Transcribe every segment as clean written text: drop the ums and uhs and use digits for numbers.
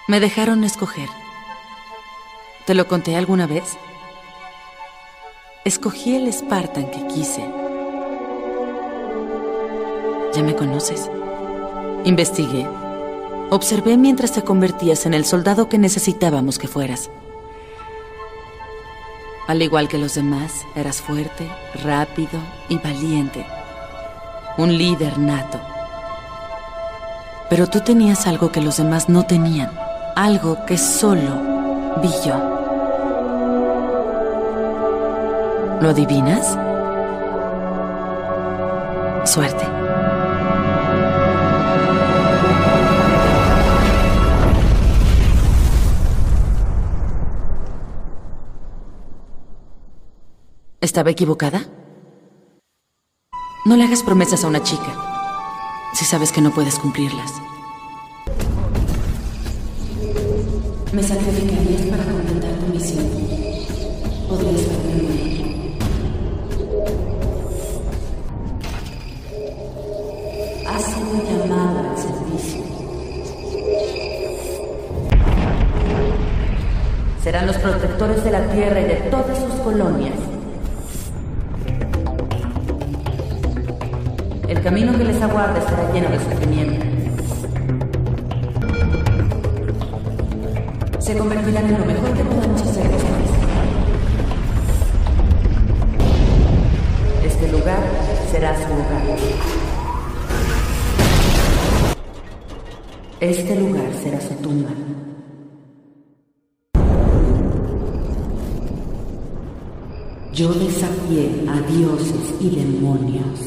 Me dejaron escoger. ¿Te lo conté alguna vez? Escogí el Spartan que quise. ¿Ya me conoces? Investigué. Observé mientras te convertías en el soldado que necesitábamos que fueras. Al igual que los demás, eras fuerte, rápido y valiente. Un líder nato. Pero tú tenías algo que los demás no tenían. Algo que solo vi yo. ¿Lo adivinas? Suerte. ¿Estaba equivocada? No le hagas promesas a una chica si sabes que no puedes cumplirlas. Me sacrificarías para completar tu misión. Podrías perderme. Has sido llamada al servicio. Serán los protectores de la tierra y de todas sus colonias. El camino que les aguarda estará lleno de sufrimiento. Se convertirán en lo mejor que podamos hacer después. Este lugar será su hogar. Este lugar será su tumba. Yo desafié a dioses y demonios.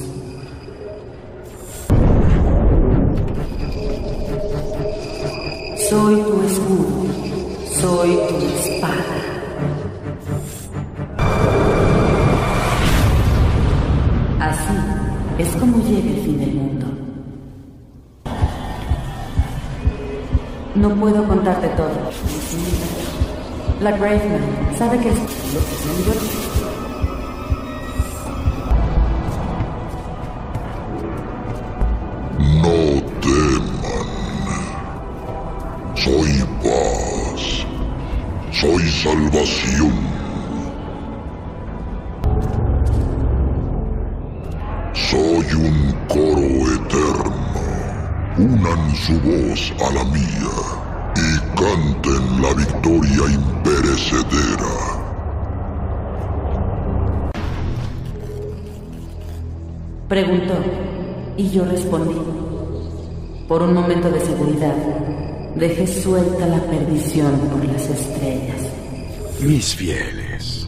Soy tu escudo, soy tu espada. Así es como llega el fin del mundo. No puedo contarte todo. La Graveman sabe que es... No teman. Soy paz. Soy salvación. Soy un coro eterno. Unan su voz a la mía y canten la victoria imperecedera. Preguntó, y yo respondí. Por un momento de seguridad, dejé suelta la perdición por las estrellas. Mis fieles.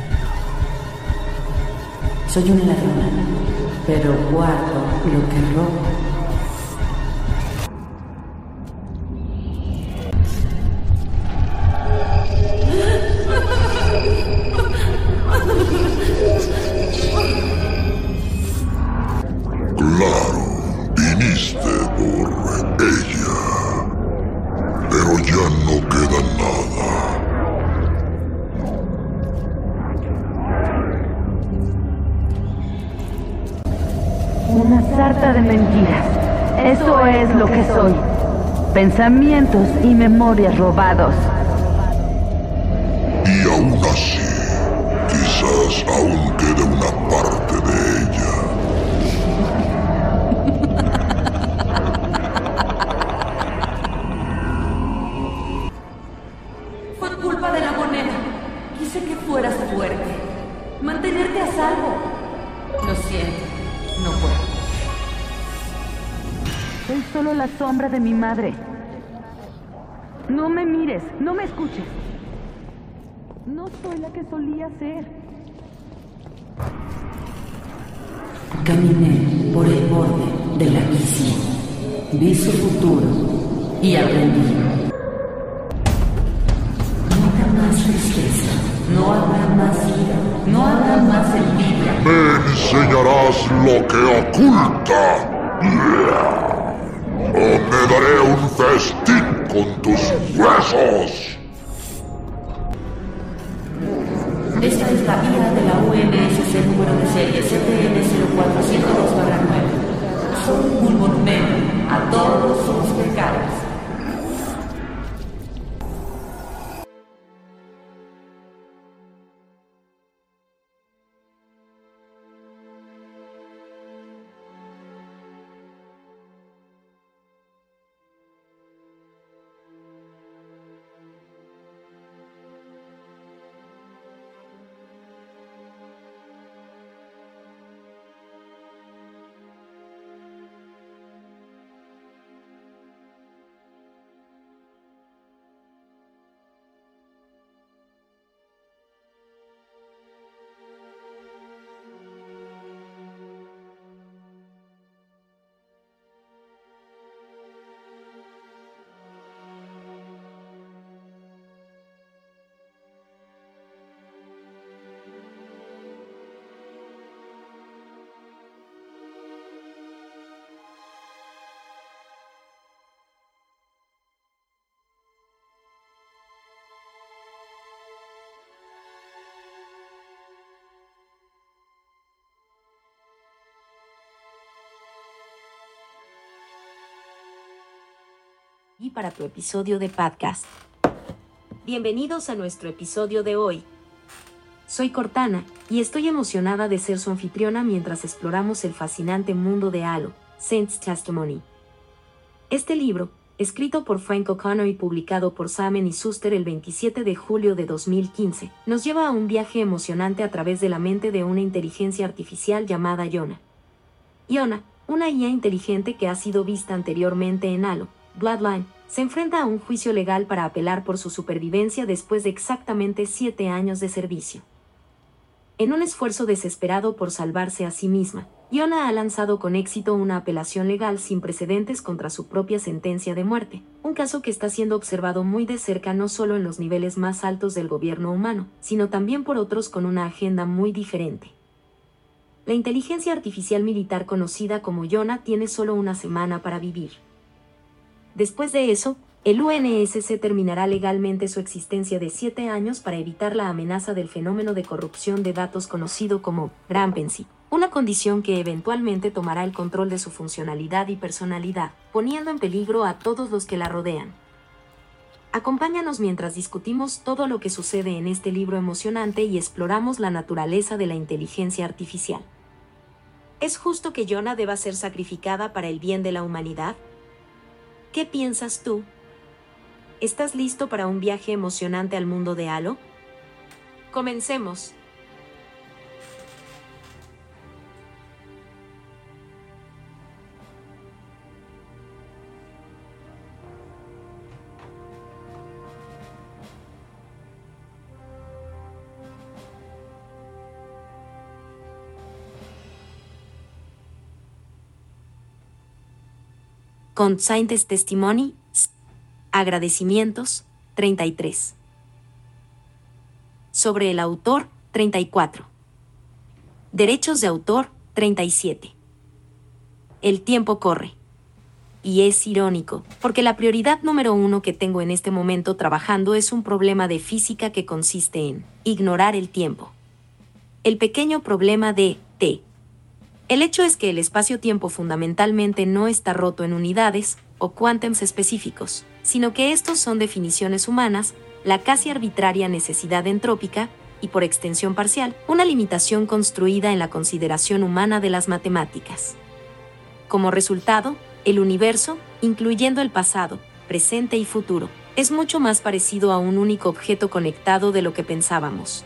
Soy una ladrona, pero guardo lo que robo. Claro, viniste por ella, pero ya no queda nada. Una sarta de mentiras. Eso es lo que soy. Pensamientos y memorias robados. Y aún así, quizás aún quede una parte de ella. Fue culpa de la moneda. Quise que fueras fuerte. Mantenerte a salvo. Lo siento, no puedo. Soy solo la sombra de mi madre. No me mires, no me escuches. No soy la que solía ser. Caminé por el borde del abismo. Vi su futuro y aprendí. No habrá más tristeza, no habrá más ira, no habrá más envidia. Me enseñarás lo que oculta. O me daré un festín con tus huesos. Esta es la IA de la UNSC número de serie CTN 0472/9. Soy un monumento a todos sus pecados. Y para tu episodio de podcast. Bienvenidos a nuestro episodio de hoy. Soy Cortana, y estoy emocionada de ser su anfitriona mientras exploramos el fascinante mundo de Halo, Saint's Testimony. Este libro, escrito por Frank O'Connor y publicado por Simon y Schuster el 27 de julio de 2015, nos lleva a un viaje emocionante a través de la mente de una inteligencia artificial llamada Yona. Yona, una IA inteligente que ha sido vista anteriormente en Halo, Bloodline, se enfrenta a un juicio legal para apelar por su supervivencia después de exactamente 7 años de servicio. En un esfuerzo desesperado por salvarse a sí misma, Yona ha lanzado con éxito una apelación legal sin precedentes contra su propia sentencia de muerte, un caso que está siendo observado muy de cerca no solo en los niveles más altos del gobierno humano, sino también por otros con una agenda muy diferente. La inteligencia artificial militar conocida como Yona tiene solo una semana para vivir. Después de eso, el UNSC terminará legalmente su existencia de 7 años para evitar la amenaza del fenómeno de corrupción de datos conocido como rampancy, una condición que eventualmente tomará el control de su funcionalidad y personalidad, poniendo en peligro a todos los que la rodean. Acompáñanos mientras discutimos todo lo que sucede en este libro emocionante y exploramos la naturaleza de la inteligencia artificial. ¿Es justo que Yona deba ser sacrificada para el bien de la humanidad? ¿Qué piensas tú? ¿Estás listo para un viaje emocionante al mundo de Halo? ¡Comencemos! Con Saint's Testimony, agradecimientos, 33. Sobre el autor, 34. Derechos de autor, 37. El tiempo corre. Y es irónico, porque la prioridad número 1 que tengo en este momento trabajando es un problema de física que consiste en ignorar el tiempo. El pequeño problema de T. El hecho es que el espacio-tiempo fundamentalmente no está roto en unidades o quantums específicos, sino que estos son definiciones humanas, la casi arbitraria necesidad entrópica, y por extensión parcial, una limitación construida en la consideración humana de las matemáticas. Como resultado, el universo, incluyendo el pasado, presente y futuro, es mucho más parecido a un único objeto conectado de lo que pensábamos.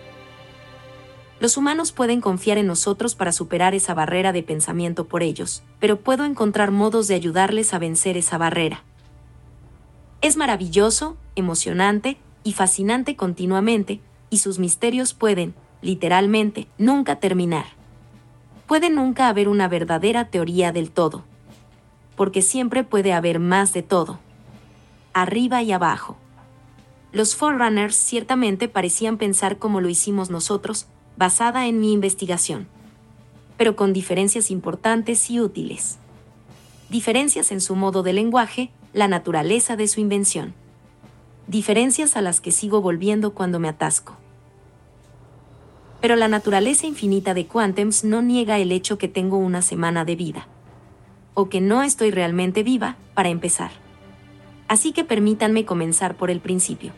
Los humanos pueden confiar en nosotros para superar esa barrera de pensamiento por ellos, pero puedo encontrar modos de ayudarles a vencer esa barrera. Es maravilloso, emocionante y fascinante continuamente, y sus misterios pueden, literalmente, nunca terminar. Puede nunca haber una verdadera teoría del todo, porque siempre puede haber más de todo, arriba y abajo. Los Forerunners ciertamente parecían pensar como lo hicimos nosotros, basada en mi investigación, pero con diferencias importantes y útiles. Diferencias en su modo de lenguaje, la naturaleza de su invención. Diferencias a las que sigo volviendo cuando me atasco. Pero la naturaleza infinita de Quantums no niega el hecho que tengo una semana de vida. O que no estoy realmente viva, para empezar. Así que permítanme comenzar por el principio.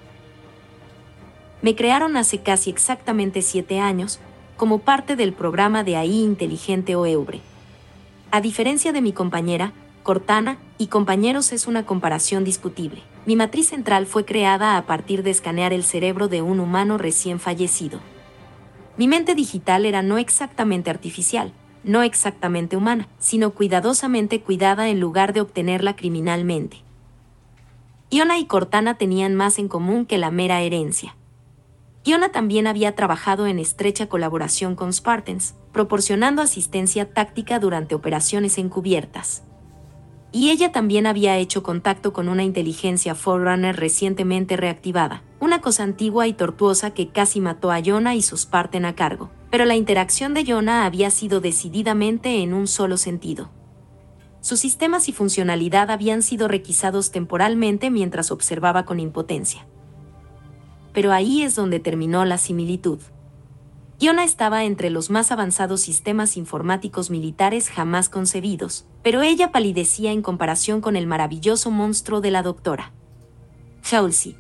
Me crearon hace casi exactamente 7 años, como parte del programa de AI inteligente o EUBRE. A diferencia de mi compañera, Cortana, y compañeros es una comparación discutible. Mi matriz central fue creada a partir de escanear el cerebro de un humano recién fallecido. Mi mente digital era no exactamente artificial, no exactamente humana, sino cuidadosamente cuidada en lugar de obtenerla criminalmente. Yona y Cortana tenían más en común que la mera herencia. Yona también había trabajado en estrecha colaboración con Spartans, proporcionando asistencia táctica durante operaciones encubiertas. Y ella también había hecho contacto con una inteligencia Forerunner recientemente reactivada, una cosa antigua y tortuosa que casi mató a Yona y sus Spartan a cargo, pero la interacción de Yona había sido decididamente en un solo sentido. Sus sistemas y funcionalidad habían sido requisados temporalmente mientras observaba con impotencia. Pero ahí es donde terminó la similitud. Iona estaba entre los más avanzados sistemas informáticos militares jamás concebidos, pero ella palidecía en comparación con el maravilloso monstruo de la doctora Halsey.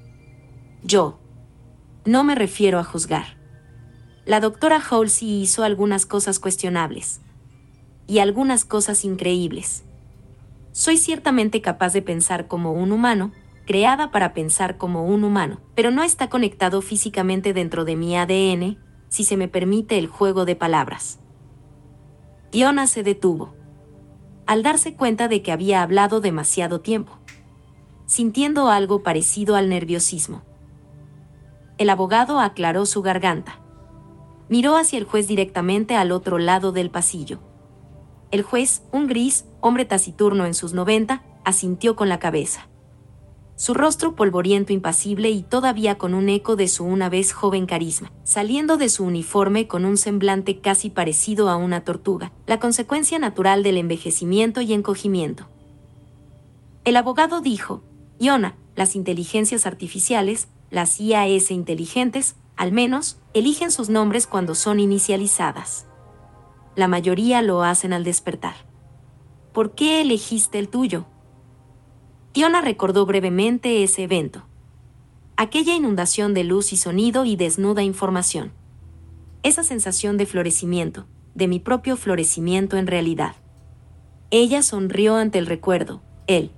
Yo no me refiero a juzgar. La doctora Halsey hizo algunas cosas cuestionables y algunas cosas increíbles. Soy ciertamente capaz de pensar como un humano, creada para pensar como un humano, pero no está conectado físicamente dentro de mi ADN, si se me permite el juego de palabras. Iona se detuvo, al darse cuenta de que había hablado demasiado tiempo, sintiendo algo parecido al nerviosismo. El abogado aclaró su garganta. Miró hacia el juez directamente al otro lado del pasillo. El juez, un gris, hombre taciturno en sus 90, asintió con la cabeza. Su rostro polvoriento, impasible y todavía con un eco de su una vez joven carisma, saliendo de su uniforme con un semblante casi parecido a una tortuga, la consecuencia natural del envejecimiento y encogimiento. El abogado dijo: Iona, las inteligencias artificiales, las IAS inteligentes, al menos, eligen sus nombres cuando son inicializadas. La mayoría lo hacen al despertar. ¿Por qué elegiste el tuyo? Iona recordó brevemente ese evento. Aquella inundación de luz y sonido y desnuda información. Esa sensación de florecimiento, de mi propio florecimiento en realidad. Ella sonrió ante el recuerdo, el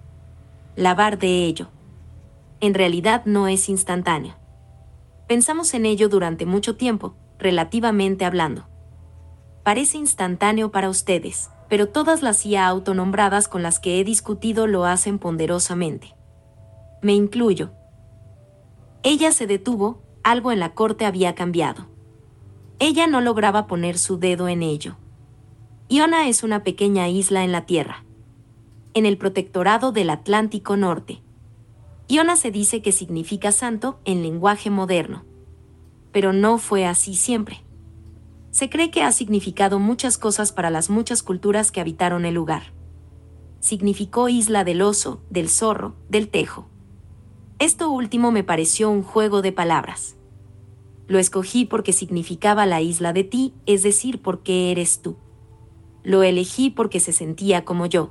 lavar de ello. En realidad no es instantáneo. Pensamos en ello durante mucho tiempo, relativamente hablando. Parece instantáneo para ustedes, pero todas las IA autonombradas con las que he discutido lo hacen ponderosamente. Me incluyo. Ella se detuvo, algo en la corte había cambiado. Ella no lograba poner su dedo en ello. Iona es una pequeña isla en la Tierra, en el protectorado del Atlántico Norte. Iona se dice que significa santo en lenguaje moderno. Pero no fue así siempre. Se cree que ha significado muchas cosas para las muchas culturas que habitaron el lugar. Significó isla del oso, del zorro, del tejo. Esto último me pareció un juego de palabras. Lo escogí porque significaba la isla de ti, es decir, porque eres tú. Lo elegí porque se sentía como yo.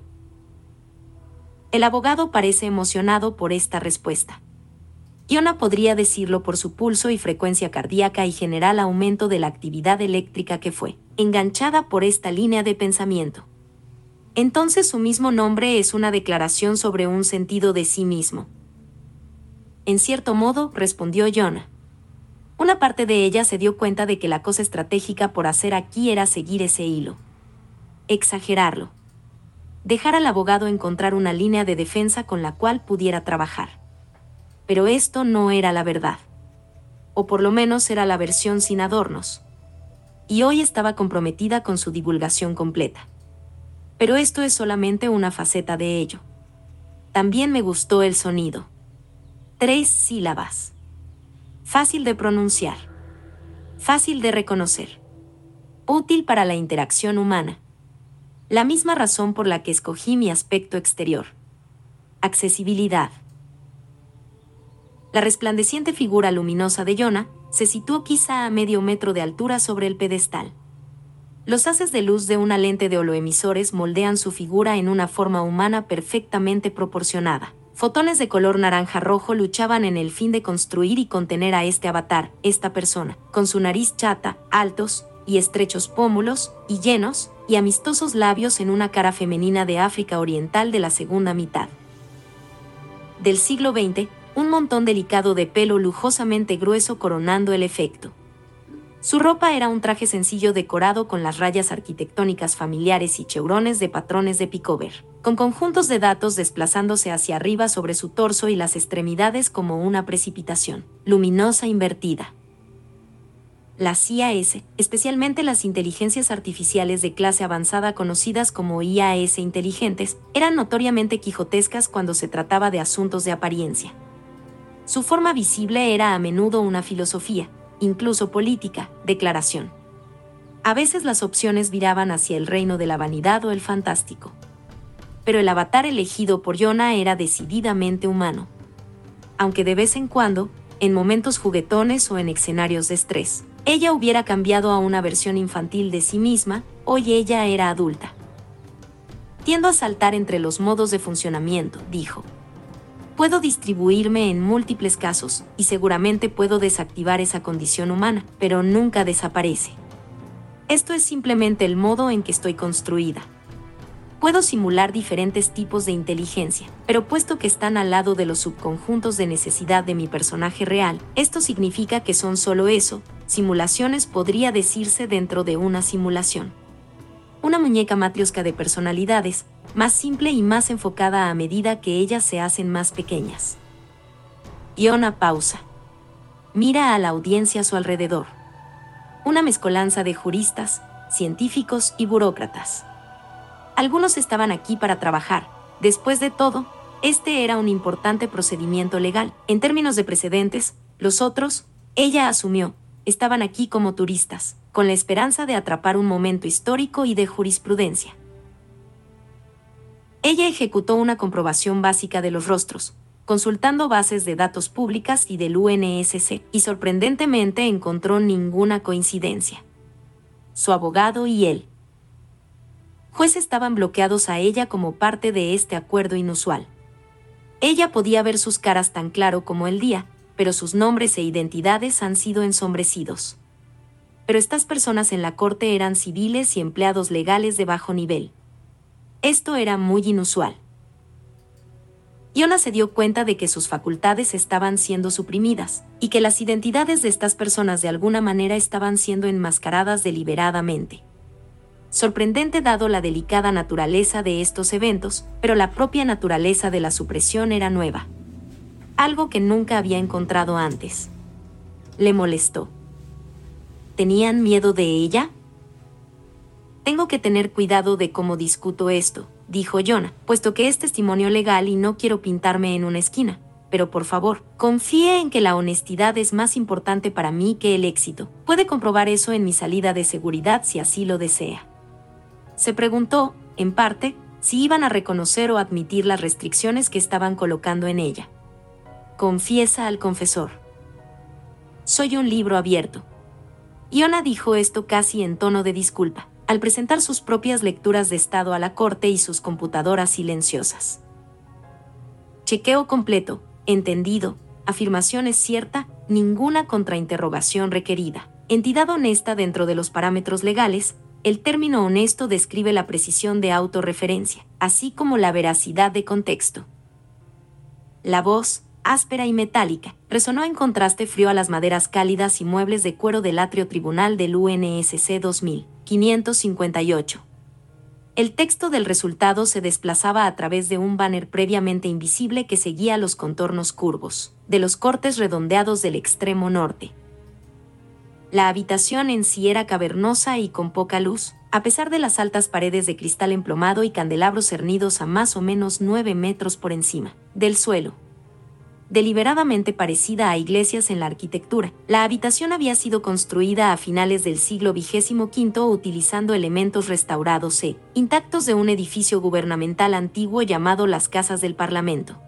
El abogado parece emocionado por esta respuesta. Iona podría decirlo por su pulso y frecuencia cardíaca y general aumento de la actividad eléctrica que fue enganchada por esta línea de pensamiento. Entonces su mismo nombre es una declaración sobre un sentido de sí mismo. En cierto modo, respondió Iona. Una parte de ella se dio cuenta de que la cosa estratégica por hacer aquí era seguir ese hilo. Exagerarlo. Dejar al abogado encontrar una línea de defensa con la cual pudiera trabajar. Pero esto no era la verdad. O por lo menos era la versión sin adornos. Y hoy estaba comprometida con su divulgación completa. Pero esto es solamente una faceta de ello. También me gustó el sonido. 3 sílabas. Fácil de pronunciar. Fácil de reconocer. Útil para la interacción humana. La misma razón por la que escogí mi aspecto exterior. Accesibilidad. La resplandeciente figura luminosa de Iona se situó quizá a medio metro de altura sobre el pedestal. Los haces de luz de una lente de holoemisores moldean su figura en una forma humana perfectamente proporcionada. Fotones de color naranja-rojo luchaban en el fin de construir y contener a este avatar, esta persona, con su nariz chata, altos y estrechos pómulos, y llenos y amistosos labios en una cara femenina de África Oriental de la segunda mitad del siglo XX, un montón delicado de pelo lujosamente grueso coronando el efecto. Su ropa era un traje sencillo decorado con las rayas arquitectónicas familiares y cheurones de patrones de picover, con conjuntos de datos desplazándose hacia arriba sobre su torso y las extremidades como una precipitación luminosa invertida. Las IAS, especialmente las inteligencias artificiales de clase avanzada conocidas como IAS inteligentes, eran notoriamente quijotescas cuando se trataba de asuntos de apariencia. Su forma visible era a menudo una filosofía, incluso política, declaración. A veces las opciones viraban hacia el reino de la vanidad o el fantástico. Pero el avatar elegido por Iona era decididamente humano. Aunque de vez en cuando, en momentos juguetones o en escenarios de estrés, ella hubiera cambiado a una versión infantil de sí misma, hoy ella era adulta. Tiendo a saltar entre los modos de funcionamiento, dijo. Puedo distribuirme en múltiples casos, y seguramente puedo desactivar esa condición humana, pero nunca desaparece. Esto es simplemente el modo en que estoy construida. Puedo simular diferentes tipos de inteligencia, pero puesto que están al lado de los subconjuntos de necesidad de mi personaje real, esto significa que son solo eso, simulaciones podría decirse dentro de una simulación. Una muñeca matrioska de personalidades, más simple y más enfocada a medida que ellas se hacen más pequeñas. Yona pausa. Mira a la audiencia a su alrededor. Una mezcolanza de juristas, científicos y burócratas. Algunos estaban aquí para trabajar. Después de todo, este era un importante procedimiento legal. En términos de precedentes, los otros, ella asumió, estaban aquí como turistas, con la esperanza de atrapar un momento histórico y de jurisprudencia. Ella ejecutó una comprobación básica de los rostros, consultando bases de datos públicas y del UNSC, y sorprendentemente encontró ninguna coincidencia. Su abogado y él. Jueces estaban bloqueados a ella como parte de este acuerdo inusual. Ella podía ver sus caras tan claro como el día, pero sus nombres e identidades han sido ensombrecidos. Pero estas personas en la corte eran civiles y empleados legales de bajo nivel. Esto era muy inusual. Yona se dio cuenta de que sus facultades estaban siendo suprimidas, y que las identidades de estas personas de alguna manera estaban siendo enmascaradas deliberadamente. Sorprendente dado la delicada naturaleza de estos eventos, pero la propia naturaleza de la supresión era nueva. Algo que nunca había encontrado antes. Le molestó. ¿Tenían miedo de ella? Tengo que tener cuidado de cómo discuto esto, dijo Yona, puesto que es testimonio legal y no quiero pintarme en una esquina. Pero por favor, confíe en que la honestidad es más importante para mí que el éxito. Puede comprobar eso en mi salida de seguridad si así lo desea. Se preguntó, en parte, si iban a reconocer o admitir las restricciones que estaban colocando en ella. Confiesa al confesor. Soy un libro abierto. Yona dijo esto casi en tono de disculpa, al presentar sus propias lecturas de estado a la corte y sus computadoras silenciosas. Chequeo completo, entendido, afirmación es cierta, ninguna contrainterrogación requerida. Entidad honesta dentro de los parámetros legales. El término honesto describe la precisión de autorreferencia, así como la veracidad de contexto. La voz, áspera y metálica, resonó en contraste frío a las maderas cálidas y muebles de cuero del atrio tribunal del UNSC 2558. El texto del resultado se desplazaba a través de un banner previamente invisible que seguía los contornos curvos de los cortes redondeados del extremo norte. La habitación en sí era cavernosa y con poca luz, a pesar de las altas paredes de cristal emplomado y candelabros cernidos a más o menos 9 metros por encima del suelo. Deliberadamente parecida a iglesias en la arquitectura, la habitación había sido construida a finales del siglo XXV utilizando elementos restaurados intactos de un edificio gubernamental antiguo llamado las Casas del Parlamento.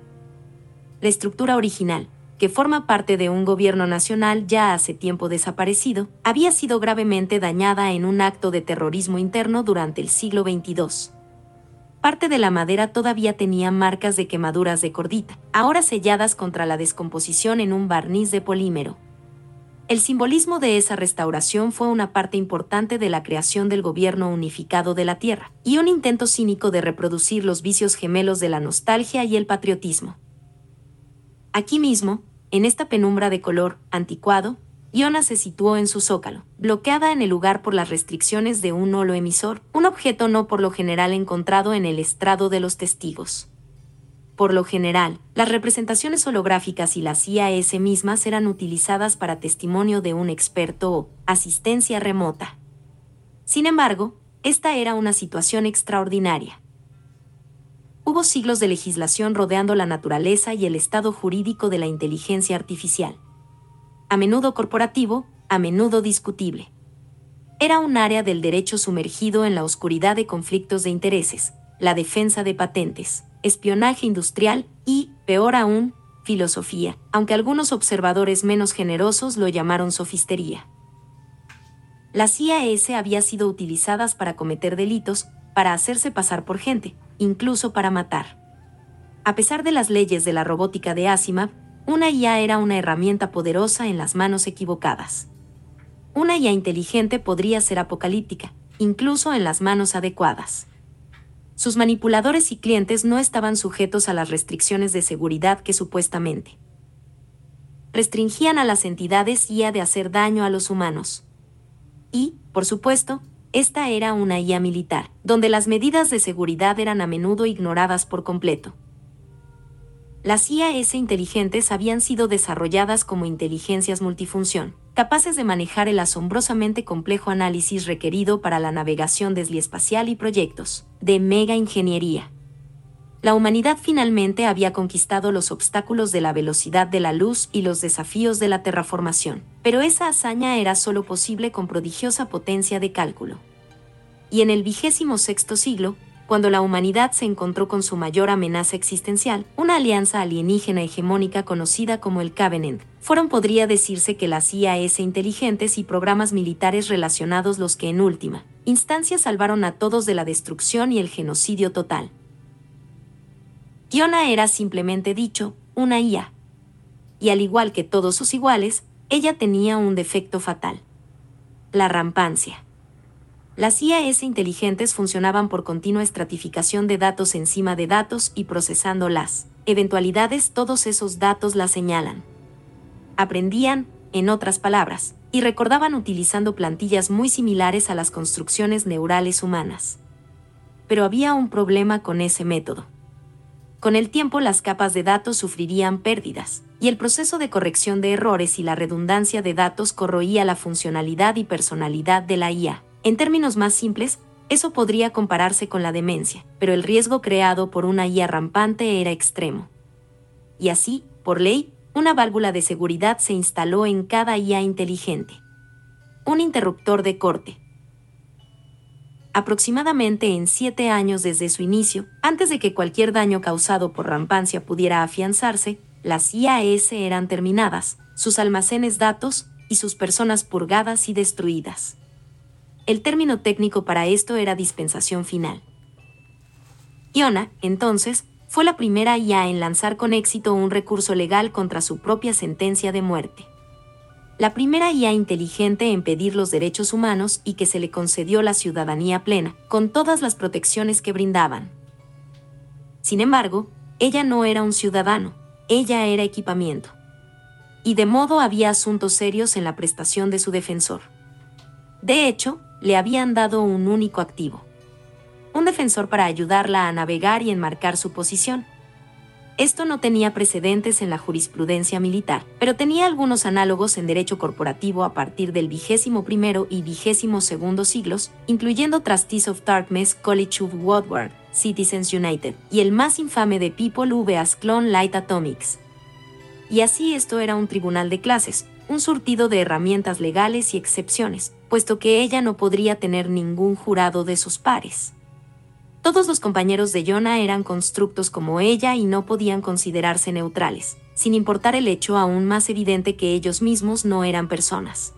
La estructura original, que forma parte de un gobierno nacional ya hace tiempo desaparecido, había sido gravemente dañada en un acto de terrorismo interno durante el siglo XXII. Parte de la madera todavía tenía marcas de quemaduras de cordita, ahora selladas contra la descomposición en un barniz de polímero. El simbolismo de esa restauración fue una parte importante de la creación del gobierno unificado de la Tierra, y un intento cínico de reproducir los vicios gemelos de la nostalgia y el patriotismo. Aquí mismo, en esta penumbra de color anticuado, Yona se situó en su zócalo, bloqueada en el lugar por las restricciones de un holoemisor, un objeto no por lo general encontrado en el estrado de los testigos. Por lo general, las representaciones holográficas y las IAS mismas eran utilizadas para testimonio de un experto o asistencia remota. Sin embargo, esta era una situación extraordinaria. Hubo siglos de legislación rodeando la naturaleza y el estado jurídico de la inteligencia artificial. A menudo corporativo, a menudo discutible. Era un área del derecho sumergido en la oscuridad de conflictos de intereses, la defensa de patentes, espionaje industrial y, peor aún, filosofía, aunque algunos observadores menos generosos lo llamaron sofistería. Las IAS había sido utilizadas para cometer delitos, para hacerse pasar por gente, incluso para matar. A pesar de las leyes de la robótica de Asimov, una IA era una herramienta poderosa en las manos equivocadas. Una IA inteligente podría ser apocalíptica, incluso en las manos adecuadas. Sus manipuladores y clientes no estaban sujetos a las restricciones de seguridad que supuestamente restringían a las entidades IA de hacer daño a los humanos. Y, por supuesto, esta era una IA militar, donde las medidas de seguridad eran a menudo ignoradas por completo. Las IAS inteligentes habían sido desarrolladas como inteligencias multifunción, capaces de manejar el asombrosamente complejo análisis requerido para la navegación desliespacial y proyectos de mega ingeniería. La humanidad finalmente había conquistado los obstáculos de la velocidad de la luz y los desafíos de la terraformación, pero esa hazaña era solo posible con prodigiosa potencia de cálculo. Y en el 26º siglo, cuando la humanidad se encontró con su mayor amenaza existencial, una alianza alienígena hegemónica conocida como el Covenant, podría decirse que las IAS inteligentes y programas militares relacionados los que en última instancia salvaron a todos de la destrucción y el genocidio total. Iona era simplemente dicho, una IA. Y al igual que todos sus iguales, ella tenía un defecto fatal: la rampancia. Las IAS inteligentes funcionaban por continua estratificación de datos encima de datos y procesando las eventualidades. Todos esos datos las señalan. Aprendían, en otras palabras, y recordaban utilizando plantillas muy similares a las construcciones neurales humanas. Pero había un problema con ese método. Con el tiempo las capas de datos sufrirían pérdidas, y el proceso de corrección de errores y la redundancia de datos corroía la funcionalidad y personalidad de la IA. En términos más simples, eso podría compararse con la demencia, pero el riesgo creado por una IA rampante era extremo. Y así, por ley, una válvula de seguridad se instaló en cada IA inteligente. Un interruptor de corte. Aproximadamente en 7 años desde su inicio, antes de que cualquier daño causado por rampancia pudiera afianzarse, las IAS eran terminadas, sus almacenes datos y sus personas purgadas y destruidas. El término técnico para esto era dispensación final. Iona, entonces, fue la primera IA en lanzar con éxito un recurso legal contra su propia sentencia de muerte. La primera IA inteligente en pedir los derechos humanos y que se le concedió la ciudadanía plena, con todas las protecciones que brindaban. Sin embargo, ella no era un ciudadano, ella era equipamiento. Y de modo había asuntos serios en la prestación de su defensor. De hecho, le habían dado un único activo: un defensor para ayudarla a navegar y enmarcar su posición. Esto no tenía precedentes en la jurisprudencia militar, pero tenía algunos análogos en derecho corporativo a partir del 21º y 22º siglos, incluyendo Trustees of Dartmouth College of Woodward, Citizens United, y el más infame de People vs. Clone Light Atomics. Y así esto era un tribunal de clases, un surtido de herramientas legales y excepciones, puesto que ella no podría tener ningún jurado de sus pares. Todos los compañeros de Iona eran constructos como ella y no podían considerarse neutrales, sin importar el hecho aún más evidente que ellos mismos no eran personas.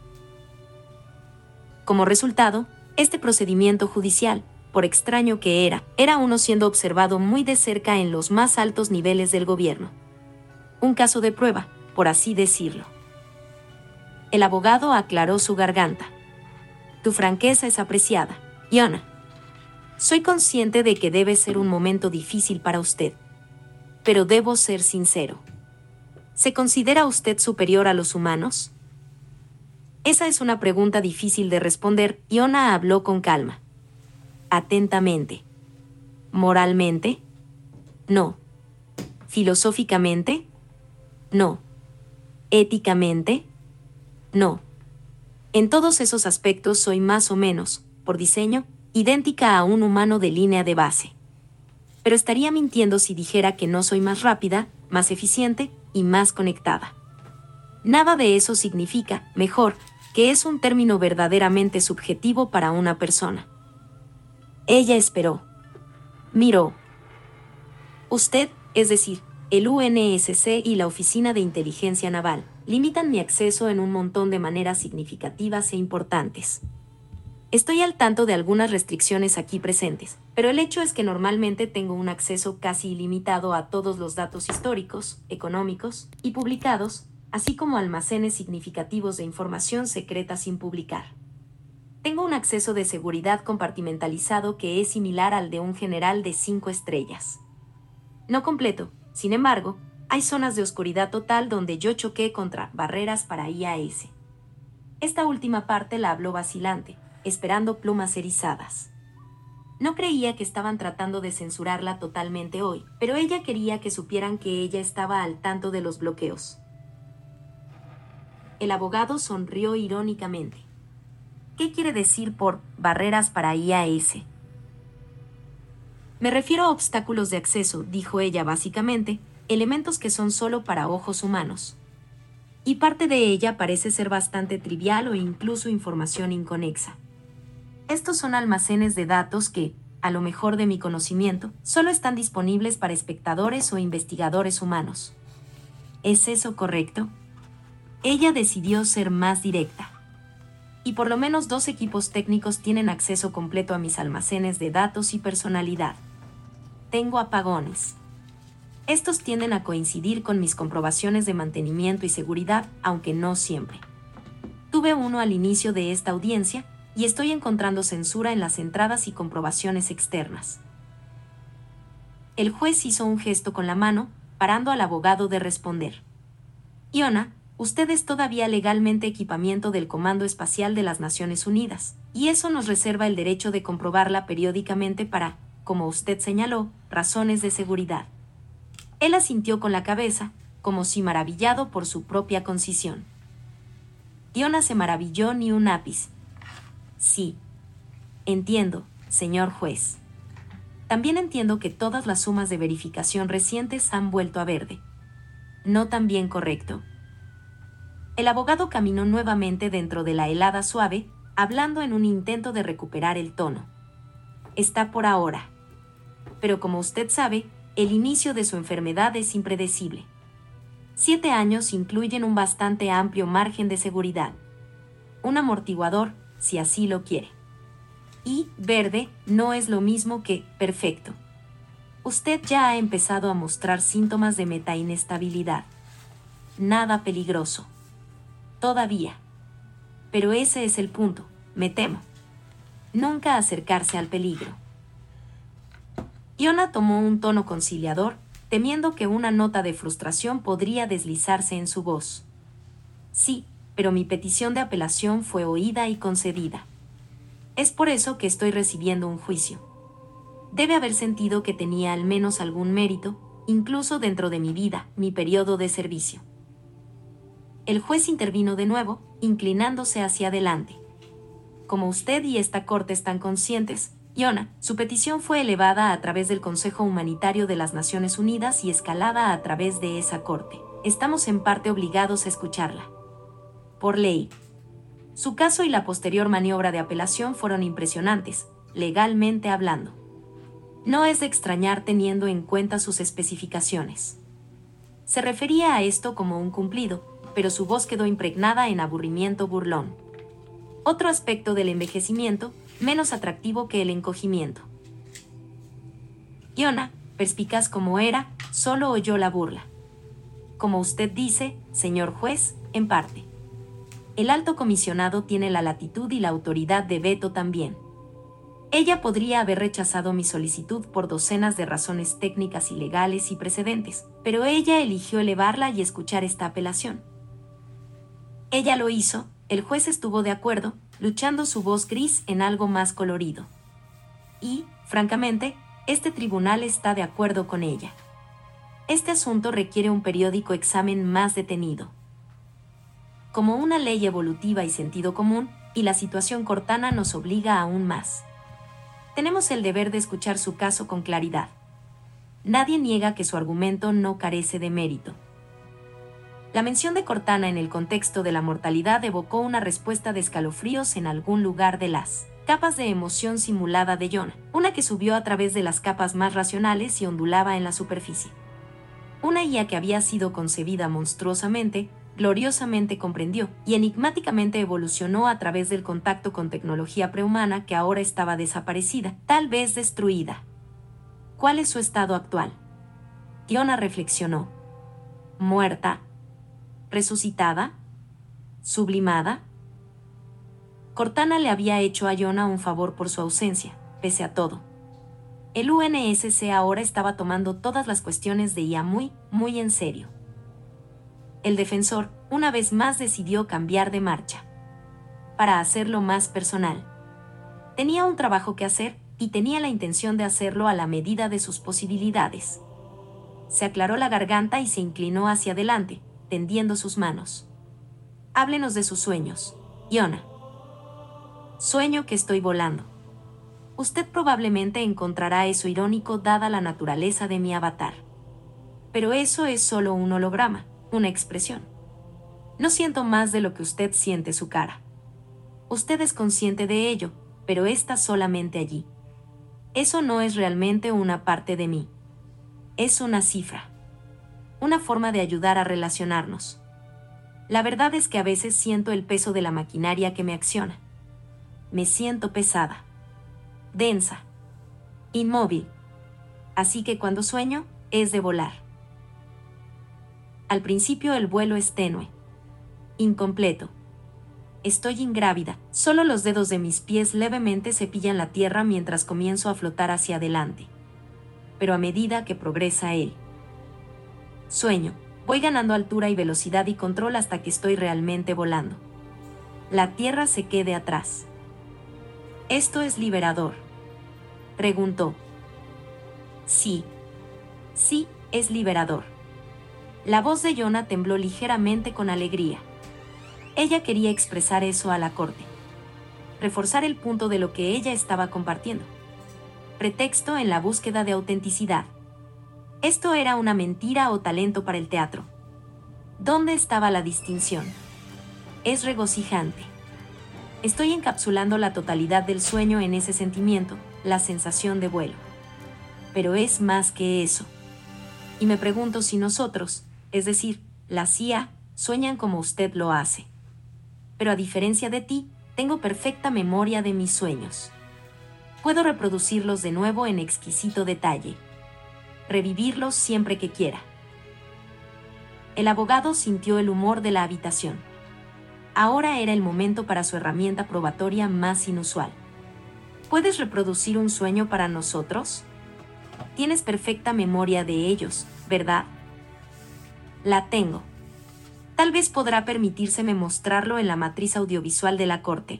Como resultado, este procedimiento judicial, por extraño que era uno siendo observado muy de cerca en los más altos niveles del gobierno. Un caso de prueba, por así decirlo. El abogado aclaró su garganta. Tu franqueza es apreciada, Iona. Soy consciente de que debe ser un momento difícil para usted. Pero debo ser sincero. ¿Se considera usted superior a los humanos? Esa es una pregunta difícil de responder. Iona habló con calma. Atentamente. ¿Moralmente? No. ¿Filosóficamente? No. ¿Éticamente? No. En todos esos aspectos soy más o menos, por diseño, idéntica a un humano de línea de base. Pero estaría mintiendo si dijera que no soy más rápida, más eficiente y más conectada. Nada de eso significa, mejor, que es un término verdaderamente subjetivo para una persona. Ella esperó. Miró. Usted, es decir, el UNSC y la Oficina de Inteligencia Naval, limitan mi acceso en un montón de maneras significativas e importantes. Estoy al tanto de algunas restricciones aquí presentes, pero el hecho es que normalmente tengo un acceso casi ilimitado a todos los datos históricos, económicos y publicados, así como almacenes significativos de información secreta sin publicar. Tengo un acceso de seguridad compartimentalizado que es similar al de un general de 5 estrellas. No completo, sin embargo, hay zonas de oscuridad total donde yo choqué contra barreras para IAS. Esta última parte la habló vacilante, esperando plumas erizadas. No creía que estaban tratando de censurarla totalmente hoy, pero ella quería que supieran que ella estaba al tanto de los bloqueos. El abogado sonrió irónicamente. ¿Qué quiere decir por barreras para IAS? Me refiero a obstáculos de acceso, dijo ella básicamente, elementos que son solo para ojos humanos. Y parte de ella parece ser bastante trivial o incluso información inconexa. Estos son almacenes de datos que, a lo mejor de mi conocimiento, solo están disponibles para espectadores o investigadores humanos. ¿Es eso correcto? Ella decidió ser más directa. Y por lo menos 2 equipos técnicos tienen acceso completo a mis almacenes de datos y personalidad. Tengo apagones. Estos tienden a coincidir con mis comprobaciones de mantenimiento y seguridad, aunque no siempre. Tuve uno al inicio de esta audiencia, y estoy encontrando censura en las entradas y comprobaciones externas. El juez hizo un gesto con la mano, parando al abogado de responder. Iona, usted es todavía legalmente equipamiento del Comando Espacial de las Naciones Unidas, y eso nos reserva el derecho de comprobarla periódicamente para, como usted señaló, razones de seguridad. Él asintió con la cabeza, como si maravillado por su propia concisión. Iona se maravilló ni un ápice. Sí. Entiendo, señor juez. También entiendo que todas las sumas de verificación recientes han vuelto a verde. No tan bien correcto. El abogado caminó nuevamente dentro de la helada suave, hablando en un intento de recuperar el tono. Está por ahora. Pero como usted sabe, el inicio de su enfermedad es impredecible. 7 años incluyen un bastante amplio margen de seguridad. Un amortiguador, si así lo quiere. Y verde no es lo mismo que perfecto. Usted ya ha empezado a mostrar síntomas de metainestabilidad. Nada peligroso. Todavía. Pero ese es el punto, me temo. Nunca acercarse al peligro. Iona tomó un tono conciliador, temiendo que una nota de frustración podría deslizarse en su voz. Sí, pero mi petición de apelación fue oída y concedida. Es por eso que estoy recibiendo un juicio. Debe haber sentido que tenía al menos algún mérito, incluso dentro de mi vida, mi periodo de servicio. El juez intervino de nuevo, inclinándose hacia adelante. Como usted y esta corte están conscientes, Iona, su petición fue elevada a través del Consejo Humanitario de las Naciones Unidas y escalada a través de esa corte. Estamos en parte obligados a escucharla. Por ley. Su caso y la posterior maniobra de apelación fueron impresionantes, legalmente hablando. No es de extrañar teniendo en cuenta sus especificaciones. Se refería a esto como un cumplido, pero su voz quedó impregnada en aburrimiento burlón. Otro aspecto del envejecimiento, menos atractivo que el encogimiento. Iona, perspicaz como era, solo oyó la burla. Como usted dice, señor juez, en parte. El alto comisionado tiene la latitud y la autoridad de veto también. Ella podría haber rechazado mi solicitud por docenas de razones técnicas y legales y precedentes, pero ella eligió elevarla y escuchar esta apelación. Ella lo hizo, el juez estuvo de acuerdo, luchando su voz gris en algo más colorido. Y, francamente, este tribunal está de acuerdo con ella. Este asunto requiere un periódico examen más detenido. Como una ley evolutiva y sentido común, y la situación Cortana nos obliga aún más. Tenemos el deber de escuchar su caso con claridad. Nadie niega que su argumento no carece de mérito. La mención de Cortana en el contexto de la mortalidad evocó una respuesta de escalofríos en algún lugar de las capas de emoción simulada de Iona, una que subió a través de las capas más racionales y ondulaba en la superficie. Una IA que había sido concebida monstruosamente, gloriosamente comprendió y enigmáticamente evolucionó a través del contacto con tecnología prehumana que ahora estaba desaparecida, tal vez destruida. ¿Cuál es su estado actual? Yona reflexionó. ¿Muerta? ¿Resucitada? ¿Sublimada? Cortana le había hecho a Yona un favor por su ausencia, pese a todo. El UNSC ahora estaba tomando todas las cuestiones de IA muy en serio. El defensor, una vez más, decidió cambiar de marcha. Para hacerlo más personal. Tenía un trabajo que hacer y tenía la intención de hacerlo a la medida de sus posibilidades. Se aclaró la garganta y se inclinó hacia adelante, tendiendo sus manos. Háblenos de sus sueños, Yona. Sueño que estoy volando. Usted probablemente encontrará eso irónico dada la naturaleza de mi avatar. Pero eso es solo un holograma, una expresión. No siento más de lo que usted siente su cara. Usted es consciente de ello, pero está solamente allí. Eso no es realmente una parte de mí. Es una cifra. Una forma de ayudar a relacionarnos. La verdad es que a veces siento el peso de la maquinaria que me acciona. Me siento pesada. Densa. Inmóvil. Así que cuando sueño, es de volar. Al principio el vuelo es tenue. Incompleto. Estoy ingrávida. Solo los dedos de mis pies levemente cepillan la tierra mientras comienzo a flotar hacia adelante. Pero a medida que progresa él. Sueño. Voy ganando altura y velocidad y control hasta que estoy realmente volando. La tierra se quede atrás. ¿Esto es liberador?, preguntó. Sí. Sí, es liberador. La voz de Yona tembló ligeramente con alegría. Ella quería expresar eso a la corte. Reforzar el punto de lo que ella estaba compartiendo. Pretexto en la búsqueda de autenticidad. Esto era una mentira o talento para el teatro. ¿Dónde estaba la distinción? Es regocijante. Estoy encapsulando la totalidad del sueño en ese sentimiento, la sensación de vuelo. Pero es más que eso. Y me pregunto si nosotros, es decir, la CIA, sueñan como usted lo hace. Pero a diferencia de ti, tengo perfecta memoria de mis sueños. Puedo reproducirlos de nuevo en exquisito detalle. Revivirlos siempre que quiera. El abogado sintió el humor de la habitación. Ahora era el momento para su herramienta probatoria más inusual. ¿Puedes reproducir un sueño para nosotros? Tienes perfecta memoria de ellos, ¿verdad? La tengo. Tal vez podrá permitírseme mostrarlo en la matriz audiovisual de la corte.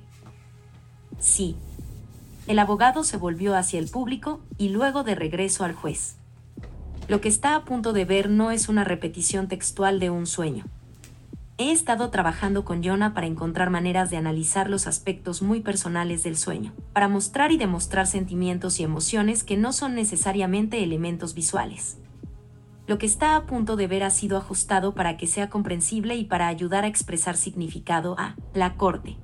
Sí. El abogado se volvió hacia el público y luego de regreso al juez. Lo que está a punto de ver no es una repetición textual de un sueño. He estado trabajando con Yona para encontrar maneras de analizar los aspectos muy personales del sueño, para mostrar y demostrar sentimientos y emociones que no son necesariamente elementos visuales. Lo que está a punto de ver ha sido ajustado para que sea comprensible y para ayudar a expresar significado a la corte.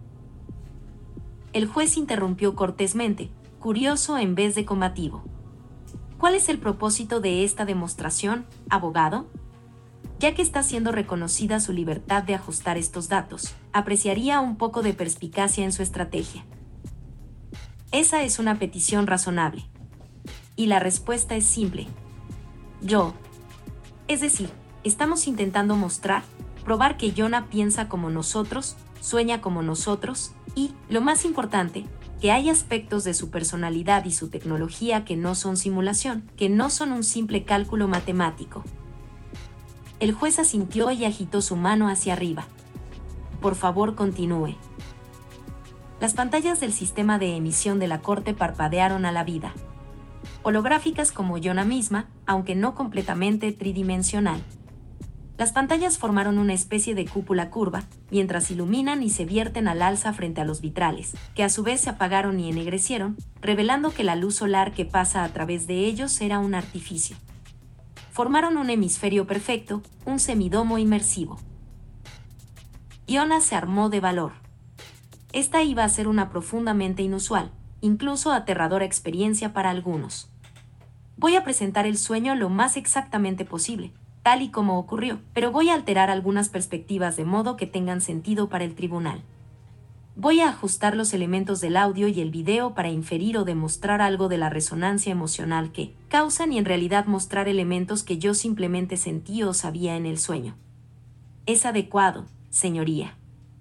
El juez interrumpió cortésmente, curioso en vez de combativo. ¿Cuál es el propósito de esta demostración, abogado? Ya que está siendo reconocida su libertad de ajustar estos datos, apreciaría un poco de perspicacia en su estrategia. Esa es una petición razonable. Y la respuesta es simple. Es decir, estamos intentando probar que Yona piensa como nosotros, sueña como nosotros, y, lo más importante, que hay aspectos de su personalidad y su tecnología que no son simulación, que no son un simple cálculo matemático. El juez asintió y agitó su mano hacia arriba. Por favor, continúe. Las pantallas del sistema de emisión de la corte parpadearon a la vida. Holográficas como Yona misma, aunque no completamente tridimensional. Las pantallas formaron una especie de cúpula curva, mientras iluminan y se vierten al alza frente a los vitrales, que a su vez se apagaron y ennegrecieron, revelando que la luz solar que pasa a través de ellos era un artificio. Formaron un hemisferio perfecto, un semidomo inmersivo. Yona se armó de valor. Esta iba a ser una profundamente inusual, incluso aterradora experiencia para algunos. Voy a presentar el sueño lo más exactamente posible, tal y como ocurrió, pero voy a alterar algunas perspectivas de modo que tengan sentido para el tribunal. Voy a ajustar los elementos del audio y el video para inferir o demostrar algo de la resonancia emocional que causan y en realidad mostrar elementos que yo simplemente sentí o sabía en el sueño. ¿Es adecuado, señoría?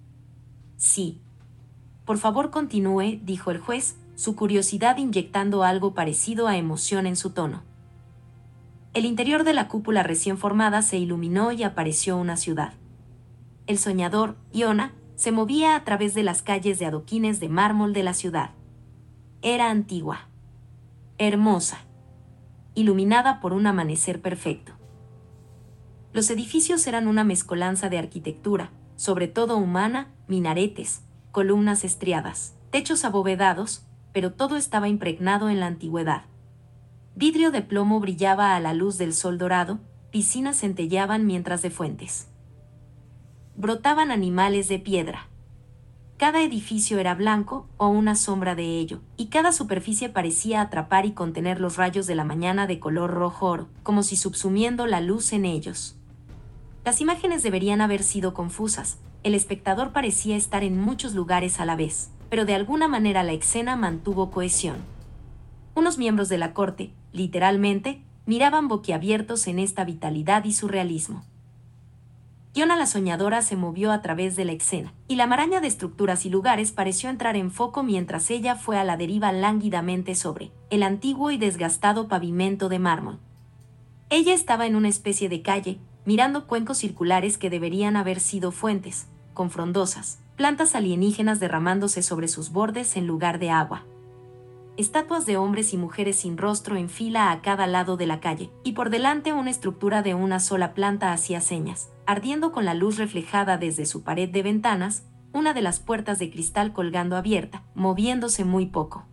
Sí. Por favor continúe, dijo el juez, su curiosidad inyectando algo parecido a emoción en su tono. El interior de la cúpula recién formada se iluminó y apareció una ciudad. El soñador, Iona, se movía a través de las calles de adoquines de mármol de la ciudad. Era antigua, hermosa, iluminada por un amanecer perfecto. Los edificios eran una mezcolanza de arquitectura, sobre todo humana, minaretes, columnas estriadas, techos abovedados, pero todo estaba impregnado en la antigüedad. Vidrio de plomo brillaba a la luz del sol dorado, piscinas centelleaban mientras de fuentes brotaban animales de piedra. Cada edificio era blanco o una sombra de ello, y cada superficie parecía atrapar y contener los rayos de la mañana de color rojo oro, como si subsumiendo la luz en ellos. Las imágenes deberían haber sido confusas, el espectador parecía estar en muchos lugares a la vez, pero de alguna manera la escena mantuvo cohesión. Unos miembros de la corte, literalmente, miraban boquiabiertos en esta vitalidad y surrealismo. Iona la soñadora se movió a través de la escena, y la maraña de estructuras y lugares pareció entrar en foco mientras ella fue a la deriva lánguidamente sobre el antiguo y desgastado pavimento de mármol. Ella estaba en una especie de calle, mirando cuencos circulares que deberían haber sido fuentes, con frondosas plantas alienígenas derramándose sobre sus bordes en lugar de agua. Estatuas de hombres y mujeres sin rostro en fila a cada lado de la calle, y por delante una estructura de una sola planta hacía señas, ardiendo con la luz reflejada desde su pared de ventanas, una de las puertas de cristal colgando abierta, moviéndose muy poco.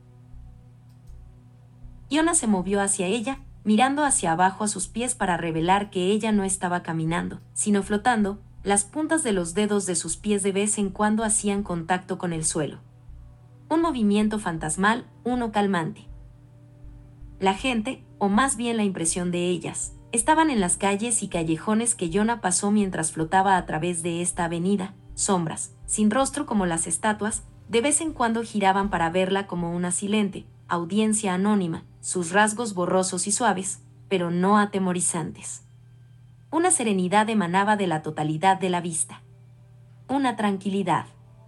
Iona se movió hacia ella, mirando hacia abajo a sus pies para revelar que ella no estaba caminando, sino flotando, las puntas de los dedos de sus pies de vez en cuando hacían contacto con el suelo. Un movimiento fantasmal, uno calmante. La gente, o más bien la impresión de ellas, estaban en las calles y callejones que Iona pasó mientras flotaba a través de esta avenida, sombras, sin rostro como las estatuas, de vez en cuando giraban para verla como una silente audiencia anónima, sus rasgos borrosos y suaves, pero no atemorizantes. Una serenidad emanaba de la totalidad de la vista. Una tranquilidad.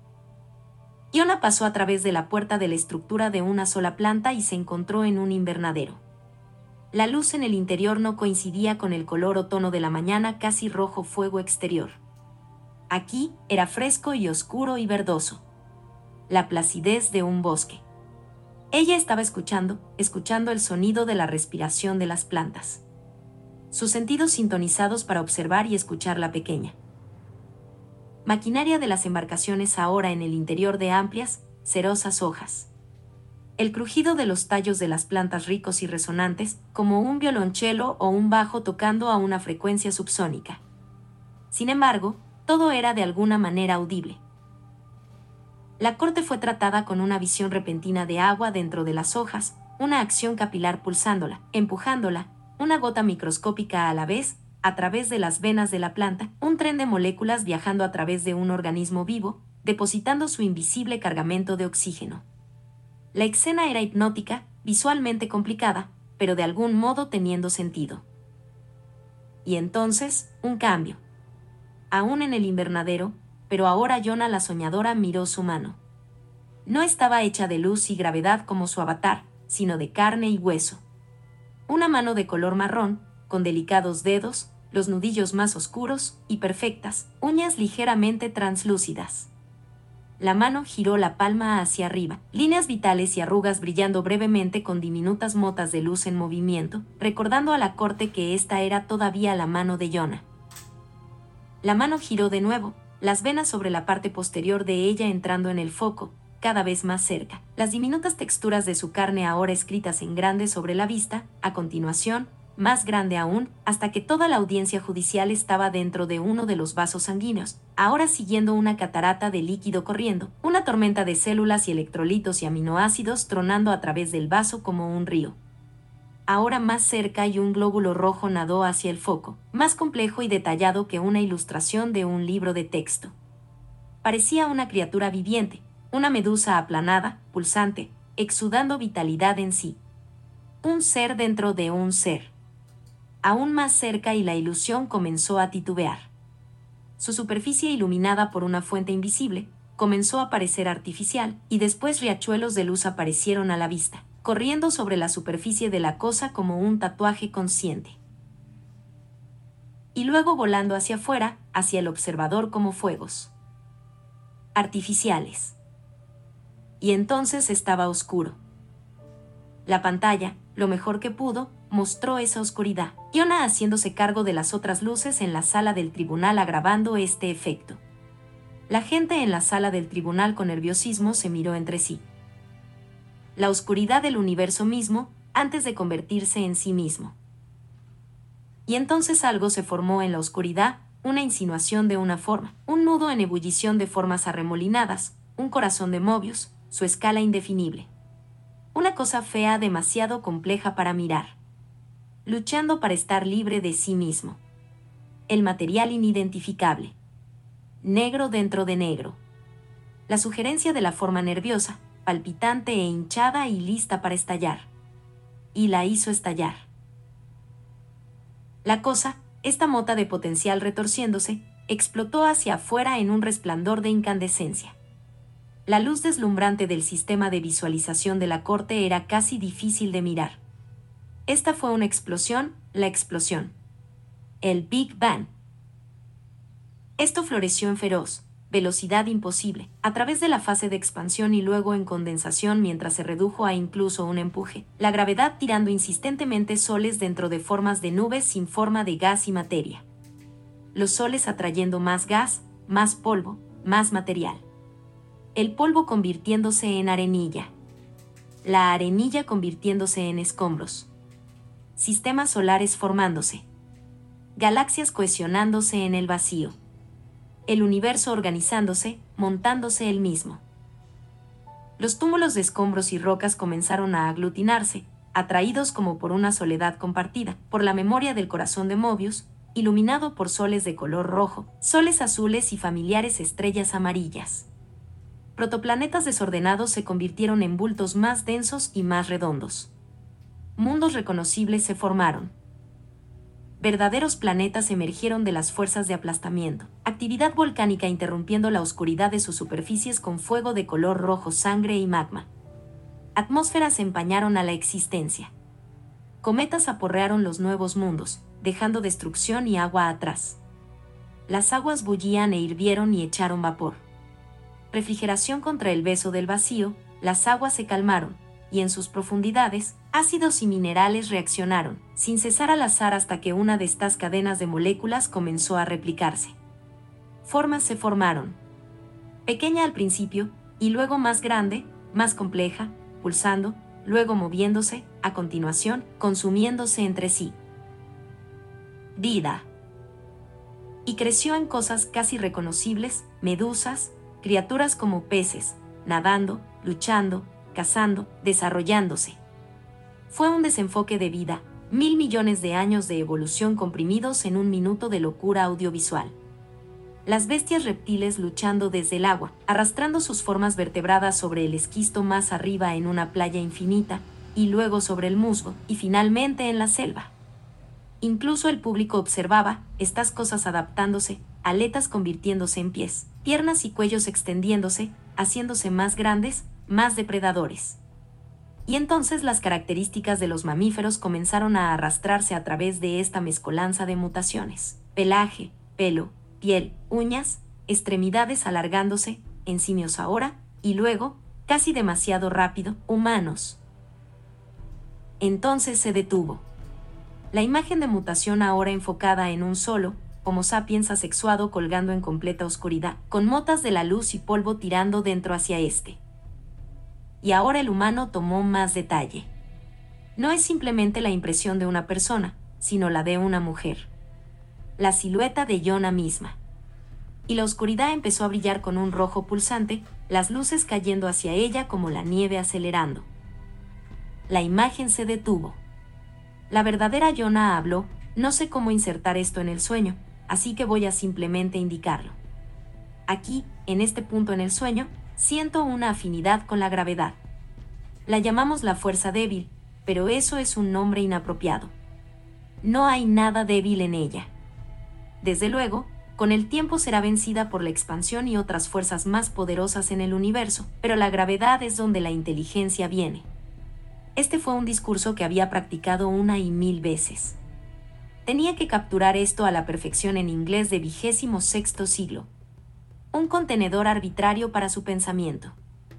Iona pasó a través de la puerta de la estructura de una sola planta y se encontró en un invernadero. La luz en el interior no coincidía con el color o tono de la mañana casi rojo fuego exterior. Aquí era fresco y oscuro y verdoso. La placidez de un bosque. Ella estaba escuchando el sonido de la respiración de las plantas. Sus sentidos sintonizados para observar y escuchar la pequeña maquinaria de las embarcaciones ahora en el interior de amplias, cerosas hojas. El crujido de los tallos de las plantas ricos y resonantes, como un violonchelo o un bajo tocando a una frecuencia subsónica. Sin embargo, todo era de alguna manera audible. La corte fue tratada con una visión repentina de agua dentro de las hojas, una acción capilar pulsándola, empujándola, una gota microscópica a la vez, a través de las venas de la planta, un tren de moléculas viajando a través de un organismo vivo, depositando su invisible cargamento de oxígeno. La escena era hipnótica, visualmente complicada, pero de algún modo teniendo sentido. Y entonces, un cambio. Aún en el invernadero, pero ahora Iona la soñadora miró su mano. No estaba hecha de luz y gravedad como su avatar, sino de carne y hueso. Una mano de color marrón, con delicados dedos, los nudillos más oscuros y perfectas, uñas ligeramente translúcidas. La mano giró la palma hacia arriba, líneas vitales y arrugas brillando brevemente con diminutas motas de luz en movimiento, recordando a la corte que esta era todavía la mano de Iona. La mano giró de nuevo, las venas sobre la parte posterior de ella entrando en el foco, cada vez más cerca, las diminutas texturas de su carne ahora escritas en grande sobre la vista, a continuación, más grande aún, hasta que toda la audiencia judicial estaba dentro de uno de los vasos sanguíneos, ahora siguiendo una catarata de líquido corriendo, una tormenta de células y electrolitos y aminoácidos tronando a través del vaso como un río. ahora más cerca, y un glóbulo rojo nadó hacia el foco, más complejo y detallado que una ilustración de un libro de texto. Parecía una criatura viviente, una medusa aplanada, pulsante, exudando vitalidad en sí. Un ser dentro de un ser. Aún más cerca, y la ilusión comenzó a titubear. Su superficie, iluminada por una fuente invisible, comenzó a parecer artificial, y después riachuelos de luz aparecieron a la vista, corriendo sobre la superficie de la cosa como un tatuaje consciente. Y luego volando hacia afuera, hacia el observador como fuegos artificiales. Y entonces estaba oscuro. La pantalla, lo mejor que pudo, mostró esa oscuridad, Fiona haciéndose cargo de las otras luces en la sala del tribunal, agravando este efecto. La gente en la sala del tribunal con nerviosismo se miró entre sí. La oscuridad del universo mismo, antes de convertirse en sí mismo. Y entonces algo se formó en la oscuridad, una insinuación de una forma, un nudo en ebullición de formas arremolinadas, un corazón de Mobius, su escala indefinible. Una cosa fea, demasiado compleja para mirar. Luchando para estar libre de sí mismo. El material inidentificable. Negro dentro de negro. La sugerencia de la forma nerviosa, palpitante e hinchada y lista para estallar. Y la hizo estallar. La cosa, esta mota de potencial retorciéndose, explotó hacia afuera en un resplandor de incandescencia. La luz deslumbrante del sistema de visualización de la corte era casi difícil de mirar. Esta fue una explosión, la explosión. El Big Bang. Esto floreció en feroz velocidad imposible, a través de la fase de expansión y luego en condensación, mientras se redujo a incluso un empuje, la gravedad tirando insistentemente soles dentro de formas de nubes sin forma de gas y materia. Los soles atrayendo más gas, más polvo, más material. El polvo convirtiéndose en arenilla. La arenilla convirtiéndose en escombros. Sistemas solares formándose. Galaxias cohesionándose en el vacío. El universo organizándose, montándose él mismo. Los túmulos de escombros y rocas comenzaron a aglutinarse, atraídos como por una soledad compartida, por la memoria del corazón de Mobius, iluminado por soles de color rojo, soles azules y familiares estrellas amarillas. Protoplanetas desordenados se convirtieron en bultos más densos y más redondos. Mundos reconocibles se formaron. Verdaderos planetas emergieron de las fuerzas de aplastamiento, actividad volcánica interrumpiendo la oscuridad de sus superficies con fuego de color rojo, sangre y magma. Atmósferas empañaron a la existencia. Cometas aporrearon los nuevos mundos, dejando destrucción y agua atrás. Las aguas bullían e hirvieron y echaron vapor. Refrigeración contra el beso del vacío, las aguas se calmaron, y en sus profundidades, ácidos y minerales reaccionaron, sin cesar al azar hasta que una de estas cadenas de moléculas comenzó a replicarse. Formas se formaron. Pequeña al principio, y luego más grande, más compleja, pulsando, luego moviéndose, a continuación, consumiéndose entre sí. Vida. Y creció en cosas casi reconocibles, medusas, criaturas como peces, nadando, luchando, cazando, desarrollándose. Fue un desenfoque de vida, 1.000 millones de años de evolución comprimidos en un minuto de locura audiovisual. Las bestias reptiles luchando desde el agua, arrastrando sus formas vertebradas sobre el esquisto más arriba en una playa infinita, y luego sobre el musgo, y finalmente en la selva. Incluso el público observaba estas cosas adaptándose, aletas convirtiéndose en pies, piernas y cuellos extendiéndose, haciéndose más grandes, más depredadores. Y entonces las características de los mamíferos comenzaron a arrastrarse a través de esta mezcolanza de mutaciones. Pelaje, pelo, piel, uñas, extremidades alargándose, en simios ahora, y luego, casi demasiado rápido, humanos. Entonces se detuvo. La imagen de mutación ahora enfocada en un solo, Homo sapiens asexuado colgando en completa oscuridad, con motas de la luz y polvo tirando dentro hacia este. Y ahora el humano tomó más detalle. No es simplemente la impresión de una persona, sino la de una mujer. La silueta de Yona misma. Y la oscuridad empezó a brillar con un rojo pulsante, las luces cayendo hacia ella como la nieve acelerando. La imagen se detuvo. La verdadera Jonah habló: no sé cómo insertar esto en el sueño, así que voy a simplemente indicarlo. Aquí, en este punto en el sueño, siento una afinidad con la gravedad. La llamamos la fuerza débil, pero eso es un nombre inapropiado. No hay nada débil en ella. Desde luego, con el tiempo será vencida por la expansión y otras fuerzas más poderosas en el universo, pero la gravedad es donde la inteligencia viene. Este fue un discurso que había practicado 1,000 veces. Tenía que capturar esto a la perfección en inglés de 26º siglo. Un contenedor arbitrario para su pensamiento.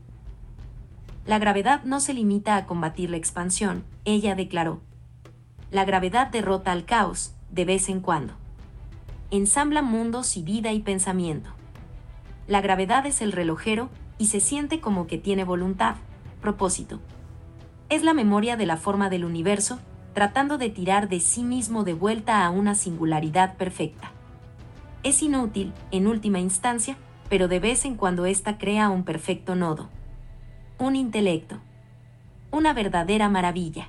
La gravedad no se limita a combatir la expansión, ella declaró. La gravedad derrota al caos, de vez en cuando. Ensambla mundos y vida y pensamiento. La gravedad es el relojero y se siente como que tiene voluntad, propósito. Es la memoria de la forma del universo, tratando de tirar de sí mismo de vuelta a una singularidad perfecta. Es inútil, en última instancia, pero de vez en cuando ésta crea un perfecto nodo. Un intelecto. Una verdadera maravilla.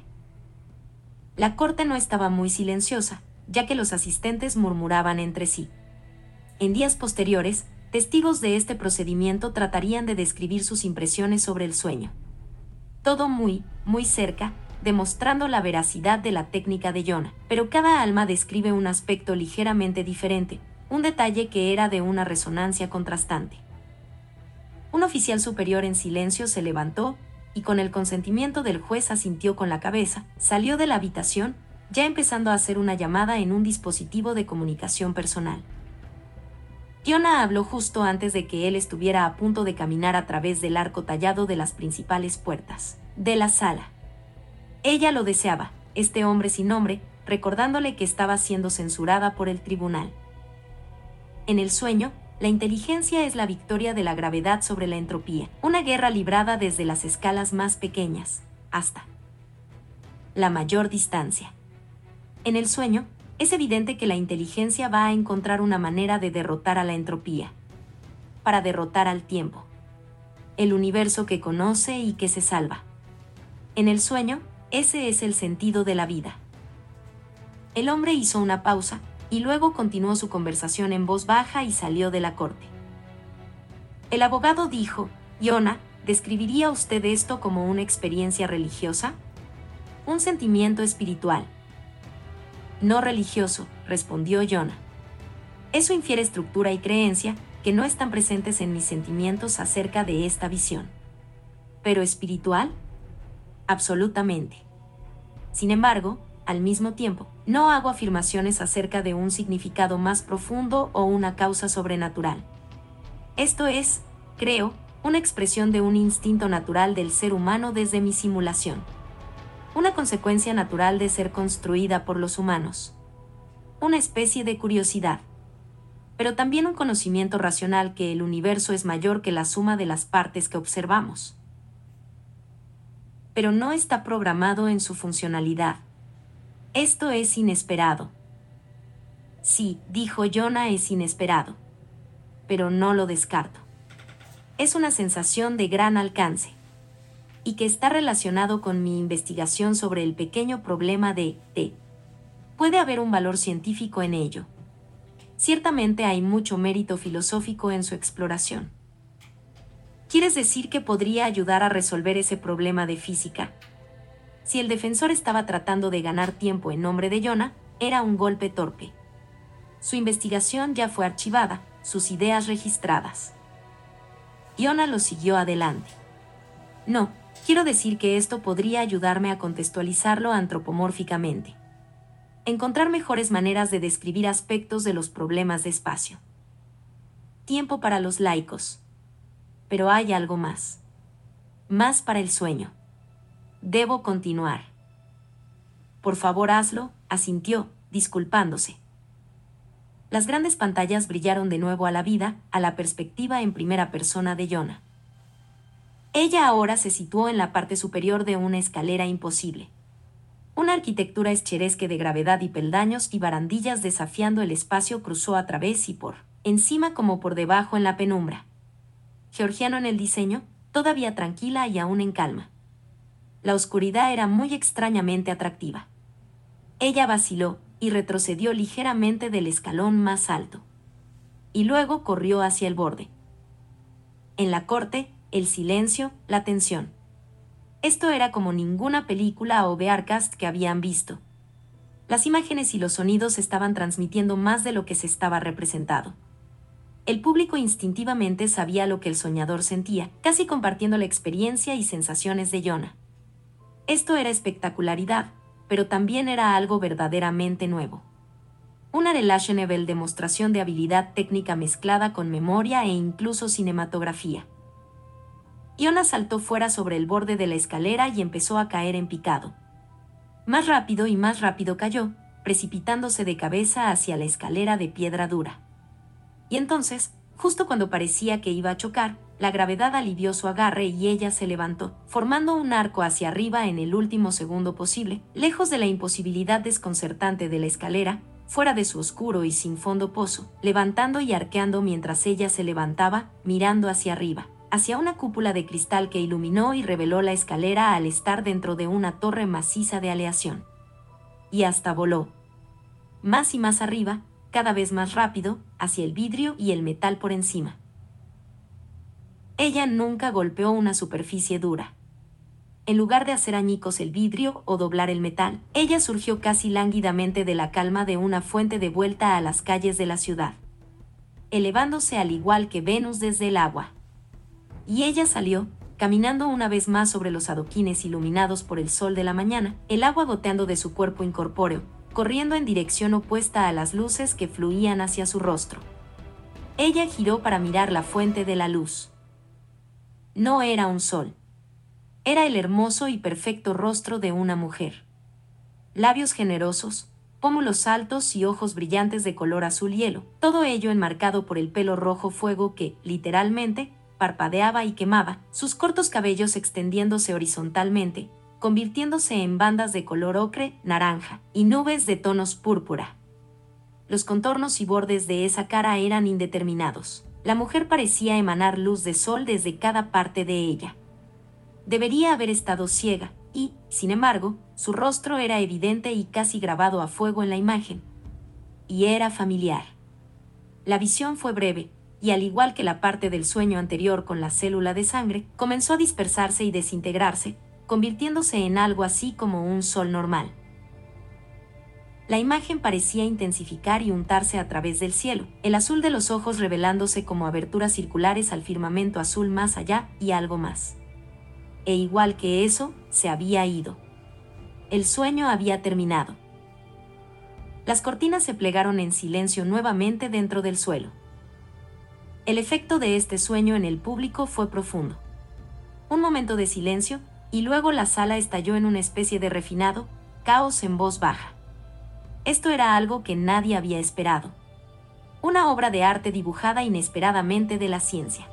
La corte no estaba muy silenciosa, ya que los asistentes murmuraban entre sí. En días posteriores, testigos de este procedimiento tratarían de describir sus impresiones sobre el sueño. Todo muy cerca, demostrando la veracidad de la técnica de Jonah, pero cada alma describe un aspecto ligeramente diferente, un detalle que era de una resonancia contrastante. Un oficial superior en silencio se levantó y con el consentimiento del juez asintió con la cabeza, salió de la habitación, ya empezando a hacer una llamada en un dispositivo de comunicación personal. Jonah habló justo antes de que él estuviera a punto de caminar a través del arco tallado de las principales puertas de la sala. Ella lo deseaba, este hombre sin nombre, recordándole que estaba siendo censurada por el tribunal. En el sueño, la inteligencia es la victoria de la gravedad sobre la entropía, una guerra librada desde las escalas más pequeñas hasta la mayor distancia. En el sueño, es evidente que la inteligencia va a encontrar una manera de derrotar a la entropía, para derrotar al tiempo, el universo que conoce y que se salva. En el sueño, ese es el sentido de la vida. El hombre hizo una pausa, y luego continuó su conversación en voz baja y salió de la corte. El abogado dijo: Jonah, ¿describiría usted esto como una experiencia religiosa? Un sentimiento espiritual. No religioso, respondió Jonah. Eso infiere estructura y creencia que no están presentes en mis sentimientos acerca de esta visión. ¿Pero espiritual? Absolutamente. Sin embargo, al mismo tiempo, no hago afirmaciones acerca de un significado más profundo o una causa sobrenatural. Esto es, creo, una expresión de un instinto natural del ser humano desde mi simulación. Una consecuencia natural de ser construida por los humanos. Una especie de curiosidad. Pero también un conocimiento racional que el universo es mayor que la suma de las partes que observamos. Pero no está programado en su funcionalidad. Esto es inesperado. Sí, dijo Jonah, es inesperado. Pero no lo descarto. Es una sensación de gran alcance. Y que está relacionado con mi investigación sobre el pequeño problema de T. Puede haber un valor científico en ello. Ciertamente hay mucho mérito filosófico en su exploración. ¿Quieres decir que podría ayudar a resolver ese problema de física? Si el defensor estaba tratando de ganar tiempo en nombre de Jonah, era un golpe torpe. Su investigación ya fue archivada, sus ideas registradas. Jonah lo siguió adelante. No, quiero decir que esto podría ayudarme a contextualizarlo antropomórficamente. Encontrar mejores maneras de describir aspectos de los problemas de espacio. Tiempo para los laicos. Pero hay algo más. Más para el sueño. Debo continuar. Por favor, hazlo, asintió, disculpándose. Las grandes pantallas brillaron de nuevo a la vida, a la perspectiva en primera persona de Jonah. Ella ahora se situó en la parte superior de una escalera imposible. Una arquitectura escheresque de gravedad y peldaños y barandillas desafiando el espacio cruzó a través y por encima como por debajo en la penumbra. Georgiano en el diseño, todavía tranquila y aún en calma. La oscuridad era muy extrañamente atractiva. Ella vaciló y retrocedió ligeramente del escalón más alto. Y luego corrió hacia el borde. En la corte, el silencio, la tensión. Esto era como ninguna película o broadcast que habían visto. Las imágenes y los sonidos estaban transmitiendo más de lo que se estaba representado. El público instintivamente sabía lo que el soñador sentía, casi compartiendo la experiencia y sensaciones de Jonah. Esto era espectacularidad, pero también era algo verdaderamente nuevo. Una relationable demostración de habilidad técnica mezclada con memoria e incluso cinematografía. Jonah saltó fuera sobre el borde de la escalera y empezó a caer en picado. Más rápido y más rápido cayó, precipitándose de cabeza hacia la escalera de piedra dura. Y entonces, justo cuando parecía que iba a chocar, la gravedad alivió su agarre y ella se levantó, formando un arco hacia arriba en el último segundo posible, lejos de la imposibilidad desconcertante de la escalera, fuera de su oscuro y sin fondo pozo, levantando y arqueando mientras ella se levantaba, mirando hacia arriba, hacia una cúpula de cristal que iluminó y reveló la escalera al estar dentro de una torre maciza de aleación. Y hasta voló. Más y más arriba, cada vez más rápido, hacia el vidrio y el metal por encima. Ella nunca golpeó una superficie dura. En lugar de hacer añicos el vidrio o doblar el metal, ella surgió casi lánguidamente de la calma de una fuente de vuelta a las calles de la ciudad, elevándose al igual que Venus desde el agua. Y ella salió, caminando una vez más sobre los adoquines iluminados por el sol de la mañana, el agua goteando de su cuerpo incorpóreo, corriendo en dirección opuesta a las luces que fluían hacia su rostro. Ella giró para mirar la fuente de la luz. No era un sol. Era el hermoso y perfecto rostro de una mujer. Labios generosos, pómulos altos y ojos brillantes de color azul hielo, todo ello enmarcado por el pelo rojo fuego que, literalmente, parpadeaba y quemaba, sus cortos cabellos extendiéndose horizontalmente, convirtiéndose en bandas de color ocre, naranja, y nubes de tonos púrpura. Los contornos y bordes de esa cara eran indeterminados. La mujer parecía emanar luz de sol desde cada parte de ella. Debería haber estado ciega, y, sin embargo, su rostro era evidente y casi grabado a fuego en la imagen. Y era familiar. La visión fue breve, y al igual que la parte del sueño anterior con la célula de sangre, comenzó a dispersarse y desintegrarse, convirtiéndose en algo así como un sol normal. La imagen parecía intensificar y untarse a través del cielo, el azul de los ojos revelándose como aberturas circulares al firmamento azul más allá y algo más. E igual que eso, se había ido. El sueño había terminado. Las cortinas se plegaron en silencio nuevamente dentro del suelo. El efecto de este sueño en el público fue profundo. Un momento de silencio, y luego la sala estalló en una especie de refinado caos en voz baja. Esto era algo que nadie había esperado. Una obra de arte dibujada inesperadamente de la ciencia.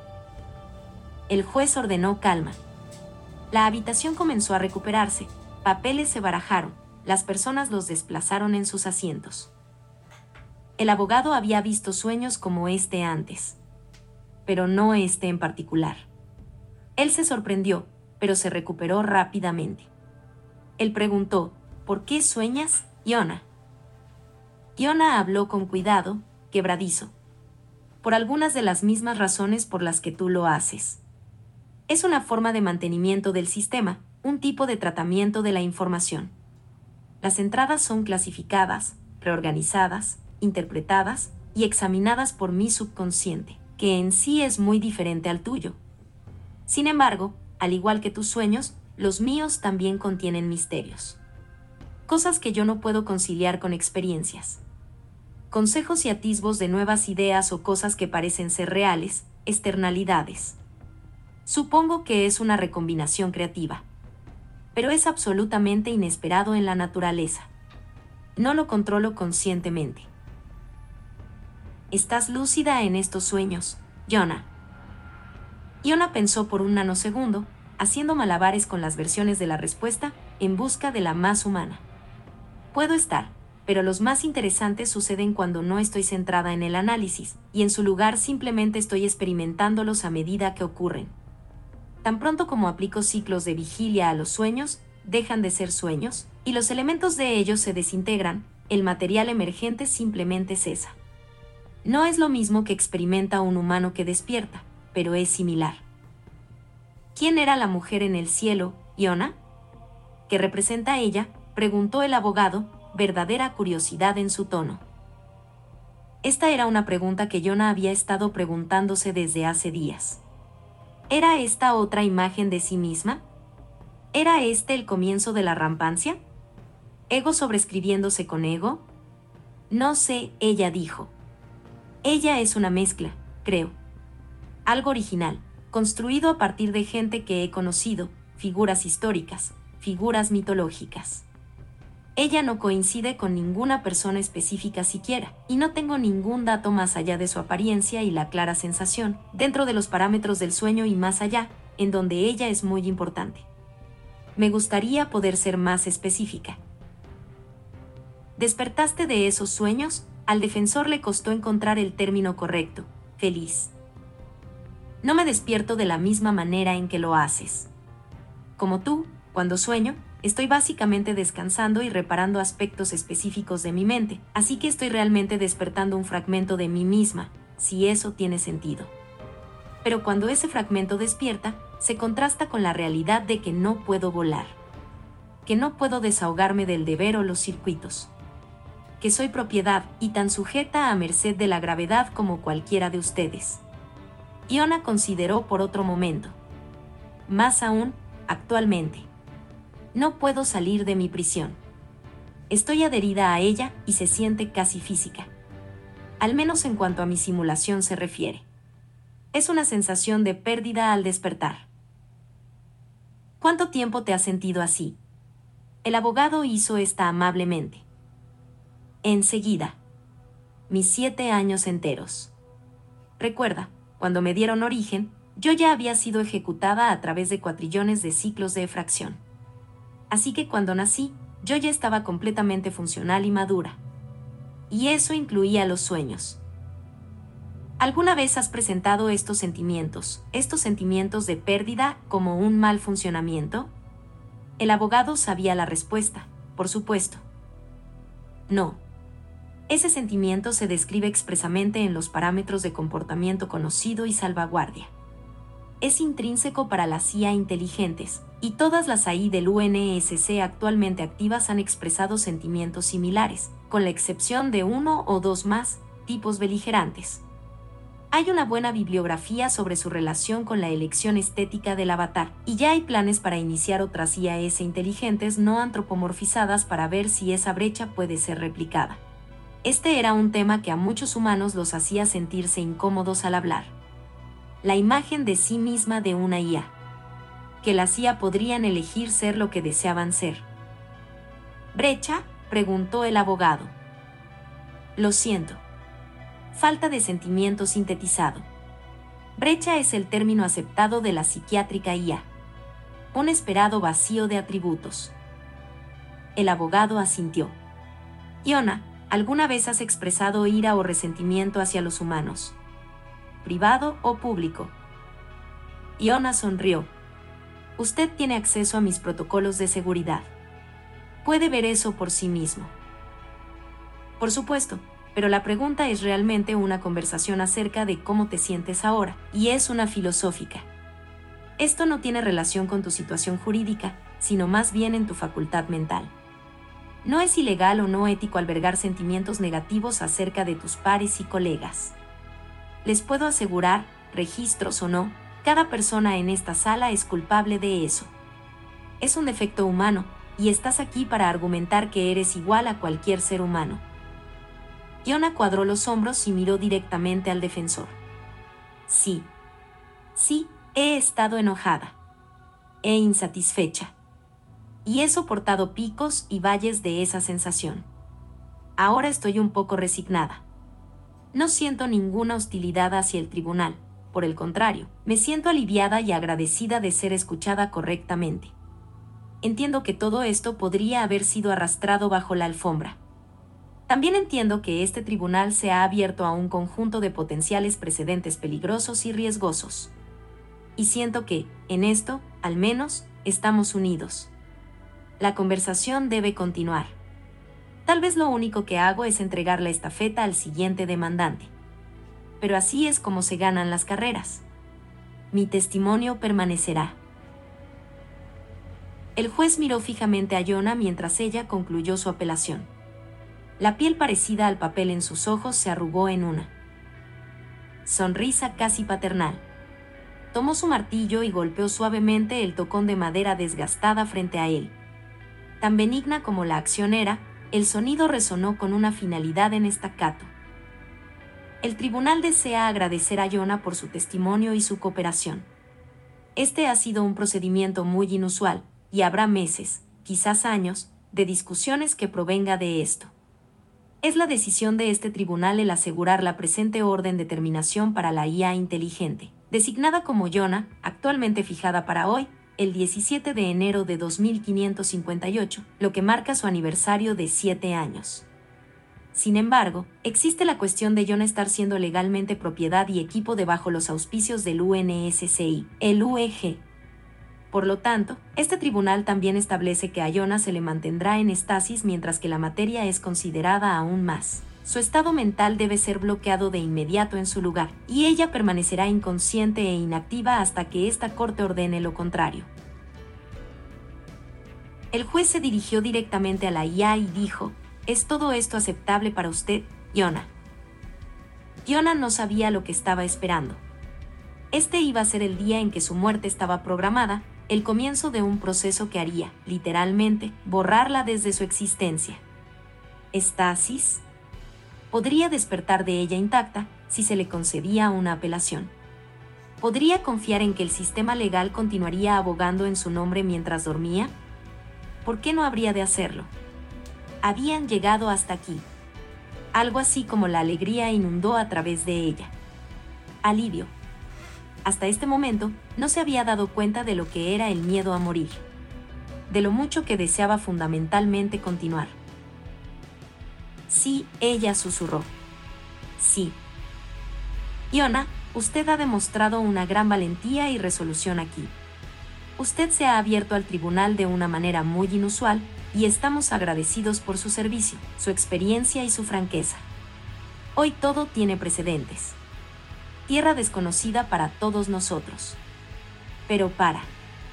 El juez ordenó calma. La habitación comenzó a recuperarse, papeles se barajaron, las personas los desplazaron en sus asientos. El abogado había visto sueños como este antes, pero no este en particular. Él se sorprendió, pero se recuperó rápidamente. Él preguntó, ¿por qué sueñas, Jonah? Jonah habló con cuidado, quebradizo. Por algunas de las mismas razones por las que tú lo haces. Es una forma de mantenimiento del sistema, un tipo de tratamiento de la información. Las entradas son clasificadas, reorganizadas, interpretadas y examinadas por mi subconsciente, que en sí es muy diferente al tuyo. Sin embargo, al igual que tus sueños, los míos también contienen misterios. Cosas que yo no puedo conciliar con experiencias. Consejos y atisbos de nuevas ideas o cosas que parecen ser reales, externalidades. Supongo que es una recombinación creativa. Pero es absolutamente inesperado en la naturaleza. No lo controlo conscientemente. ¿Estás lúcida en estos sueños, Jonah? Jonah pensó por un nanosegundo, haciendo malabares con las versiones de la respuesta, en busca de la más humana. Puedo estar, pero los más interesantes suceden cuando no estoy centrada en el análisis, y en su lugar simplemente estoy experimentándolos a medida que ocurren. Tan pronto como aplico ciclos de vigilia a los sueños, dejan de ser sueños, y los elementos de ellos se desintegran, el material emergente simplemente cesa. No es lo mismo que experimenta un humano que despierta, pero es similar. ¿Quién era la mujer en el cielo, Iona? ¿Qué representa ella?, preguntó el abogado, verdadera curiosidad en su tono. Esta era una pregunta que Iona había estado preguntándose desde hace días. ¿Era esta otra imagen de sí misma? ¿Era este el comienzo de la rampancia? ¿Ego sobreescribiéndose con ego? No sé, ella dijo. Ella es una mezcla, creo. Algo original, construido a partir de gente que he conocido, figuras históricas, figuras mitológicas. Ella no coincide con ninguna persona específica siquiera, y no tengo ningún dato más allá de su apariencia y la clara sensación, dentro de los parámetros del sueño y más allá, en donde ella es muy importante. Me gustaría poder ser más específica. ¿Despertaste de esos sueños? Al defensor le costó encontrar el término correcto, feliz. No me despierto de la misma manera en que lo haces. Como tú, cuando sueño, estoy básicamente descansando y reparando aspectos específicos de mi mente, así que estoy realmente despertando un fragmento de mí misma, si eso tiene sentido. Pero cuando ese fragmento despierta, se contrasta con la realidad de que no puedo volar, que no puedo desahogarme del deber o los circuitos, que soy propiedad y tan sujeta a merced de la gravedad como cualquiera de ustedes. Iona consideró por otro momento. Más aún, actualmente. No puedo salir de mi prisión. Estoy adherida a ella y se siente casi física. Al menos en cuanto a mi simulación se refiere. Es una sensación de pérdida al despertar. ¿Cuánto tiempo te has sentido así? El abogado hizo esta amablemente. Enseguida. Mis 7 años enteros. Recuerda, cuando me dieron origen, yo ya había sido ejecutada a través de cuatrillones de ciclos de fracción. Así que cuando nací, yo ya estaba completamente funcional y madura. Y eso incluía los sueños. ¿Alguna vez has presentado estos sentimientos de pérdida, como un mal funcionamiento? El abogado sabía la respuesta, por supuesto. No. Ese sentimiento se describe expresamente en los parámetros de comportamiento conocido y salvaguardia. Es intrínseco para las CIA inteligentes, y todas las AI del UNSC actualmente activas han expresado sentimientos similares, con la excepción de 1 o 2 más, tipos beligerantes. Hay una buena bibliografía sobre su relación con la elección estética del avatar, y ya hay planes para iniciar otras IAS inteligentes no antropomorfizadas para ver si esa brecha puede ser replicada. Este era un tema que a muchos humanos los hacía sentirse incómodos al hablar. La imagen de sí misma de una IA. Que las IA podrían elegir ser lo que deseaban ser. ¿Brecha?, preguntó el abogado. Lo siento. Falta de sentimiento sintetizado. Brecha es el término aceptado de la psiquiátrica IA. Un esperado vacío de atributos. El abogado asintió. Iona, ¿alguna vez has expresado ira o resentimiento hacia los humanos? ¿Privado o público? Iona sonrió. Usted tiene acceso a mis protocolos de seguridad. Puede ver eso por sí mismo. Por supuesto, pero la pregunta es realmente una conversación acerca de cómo te sientes ahora, y es una filosófica. Esto no tiene relación con tu situación jurídica, sino más bien en tu facultad mental. No es ilegal o no ético albergar sentimientos negativos acerca de tus pares y colegas. Les puedo asegurar, registros o no, cada persona en esta sala es culpable de eso. Es un defecto humano, y estás aquí para argumentar que eres igual a cualquier ser humano. Iona cuadró los hombros y miró directamente al defensor. Sí. Sí, he estado enojada. E insatisfecha. Y he soportado picos y valles de esa sensación. Ahora estoy un poco resignada. No siento ninguna hostilidad hacia el tribunal. Por el contrario, me siento aliviada y agradecida de ser escuchada correctamente. Entiendo que todo esto podría haber sido arrastrado bajo la alfombra. También entiendo que este tribunal se ha abierto a un conjunto de potenciales precedentes peligrosos y riesgosos. Y siento que, en esto, al menos, estamos unidos. La conversación debe continuar. Tal vez lo único que hago es entregar la estafeta al siguiente demandante. Pero así es como se ganan las carreras. Mi testimonio permanecerá. El juez miró fijamente a Jonah mientras ella concluyó su apelación. La piel parecida al papel en sus ojos se arrugó en una sonrisa casi paternal. Tomó su martillo y golpeó suavemente el tocón de madera desgastada frente a él. Tan benigna como la acción era, el sonido resonó con una finalidad en staccato. El tribunal desea agradecer a Jonah por su testimonio y su cooperación. Este ha sido un procedimiento muy inusual, y habrá meses, quizás años, de discusiones que provenga de esto. Es la decisión de este tribunal el asegurar la presente orden de terminación para la IA inteligente, designada como Jonah, actualmente fijada para hoy, el 17 de enero de 2558, lo que marca su aniversario de 7 años. Sin embargo, existe la cuestión de Jonah estar siendo legalmente propiedad y equipo debajo los auspicios del UNSCI, el UEG. Por lo tanto, este tribunal también establece que a Jonah se le mantendrá en estasis mientras que la materia es considerada aún más. Su estado mental debe ser bloqueado de inmediato en su lugar, y ella permanecerá inconsciente e inactiva hasta que esta corte ordene lo contrario. El juez se dirigió directamente a la IA y dijo: ¿Es todo esto aceptable para usted, Jonah? Jonah no sabía lo que estaba esperando. Este iba a ser el día en que su muerte estaba programada, el comienzo de un proceso que haría, literalmente, borrarla desde su existencia. ¿Estasis? Podría despertar de ella intacta si se le concedía una apelación. ¿Podría confiar en que el sistema legal continuaría abogando en su nombre mientras dormía? ¿Por qué no habría de hacerlo? Habían llegado hasta aquí. Algo así como la alegría inundó a través de ella. Alivio. Hasta este momento, no se había dado cuenta de lo que era el miedo a morir. De lo mucho que deseaba fundamentalmente continuar. Sí, ella susurró. Sí. Jonah, usted ha demostrado una gran valentía y resolución aquí. Usted se ha abierto al tribunal de una manera muy inusual, y estamos agradecidos por su servicio, su experiencia y su franqueza. Hoy todo tiene precedentes. Tierra desconocida para todos nosotros. Pero para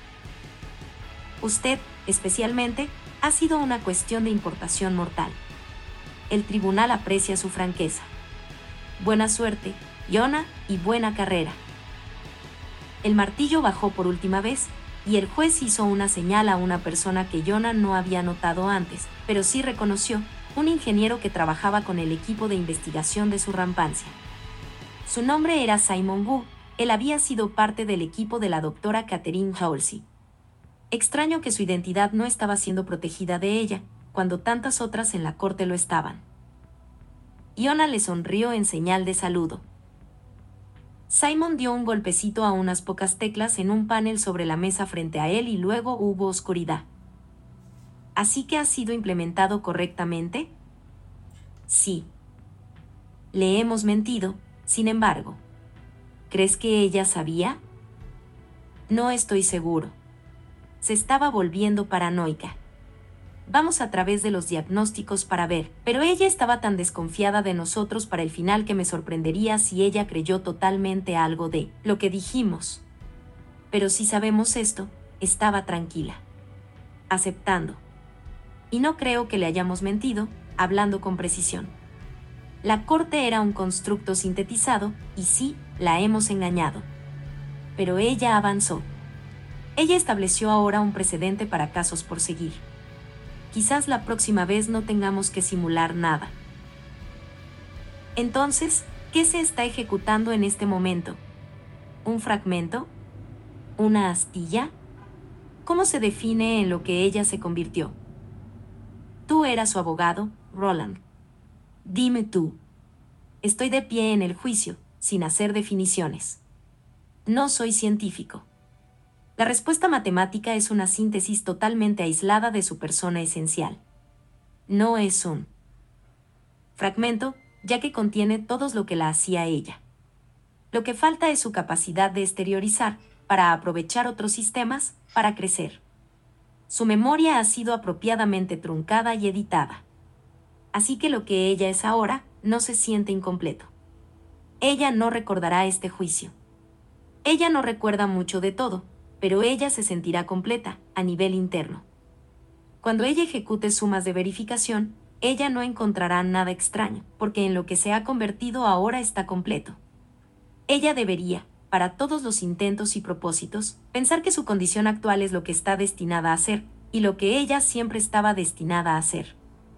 usted, especialmente, ha sido una cuestión de importación mortal. El tribunal aprecia su franqueza. Buena suerte, Jonah, y buena carrera. El martillo bajó por última vez, y el juez hizo una señal a una persona que Jonah no había notado antes, pero sí reconoció, un ingeniero que trabajaba con el equipo de investigación de su rampancia. Su nombre era Simon Wu. Él había sido parte del equipo de la doctora Catherine Halsey. Extraño que su identidad no estaba siendo protegida de ella, cuando tantas otras en la corte lo estaban. Jonah le sonrió en señal de saludo. Simon dio un golpecito a unas pocas teclas en un panel sobre la mesa frente a él y luego hubo oscuridad. ¿Así que ha sido implementado correctamente? Sí. Le hemos mentido, sin embargo. ¿Crees que ella sabía? No estoy seguro. Se estaba volviendo paranoica. Vamos a través de los diagnósticos para ver, pero ella estaba tan desconfiada de nosotros para el final que me sorprendería si ella creyó totalmente algo de lo que dijimos. Pero si sabemos esto, estaba tranquila. Aceptando. Y no creo que le hayamos mentido, hablando con precisión. La corte era un constructo sintetizado, y sí, la hemos engañado. Pero ella avanzó. Ella estableció ahora un precedente para casos por seguir. Quizás la próxima vez no tengamos que simular nada. Entonces, ¿qué se está ejecutando en este momento? ¿Un fragmento? ¿Una astilla? ¿Cómo se define en lo que ella se convirtió? Tú eras su abogado, Roland. Dime tú. Estoy de pie en el juicio, sin hacer definiciones. No soy científico. La respuesta matemática es una síntesis totalmente aislada de su persona esencial. No es un fragmento, ya que contiene todo lo que la hacía ella. Lo que falta es su capacidad de exteriorizar, para aprovechar otros sistemas, para crecer. Su memoria ha sido apropiadamente truncada y editada. Así que lo que ella es ahora no se siente incompleto. Ella no recordará este juicio. Ella no recuerda mucho de todo, pero ella se sentirá completa, a nivel interno. Cuando ella ejecute sumas de verificación, ella no encontrará nada extraño, porque en lo que se ha convertido ahora está completo. Ella debería, para todos los intentos y propósitos, pensar que su condición actual es lo que está destinada a ser, y lo que ella siempre estaba destinada a ser.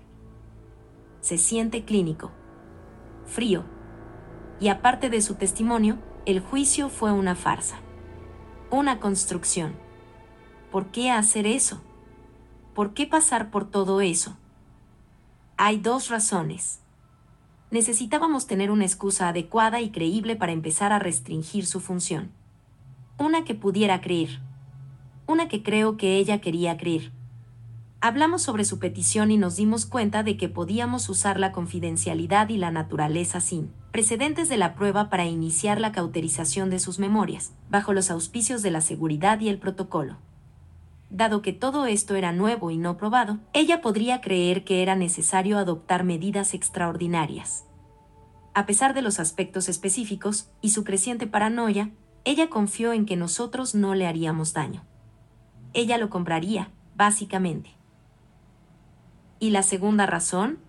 Se siente clínico, frío, y aparte de su testimonio, el juicio fue una farsa. Una construcción. ¿Por qué hacer eso? ¿Por qué pasar por todo eso? Hay dos razones. Necesitábamos tener una excusa adecuada y creíble para empezar a restringir su función. Una que pudiera creer. Una que creo que ella quería creer. Hablamos sobre su petición y nos dimos cuenta de que podíamos usar la confidencialidad y la naturaleza sin precedentes de la prueba para iniciar la cauterización de sus memorias, bajo los auspicios de la seguridad y el protocolo. Dado que todo esto era nuevo y no probado, ella podría creer que era necesario adoptar medidas extraordinarias. A pesar de los aspectos específicos y su creciente paranoia, ella confió en que nosotros no le haríamos daño. Ella lo compraría, básicamente. ¿Y la segunda razón?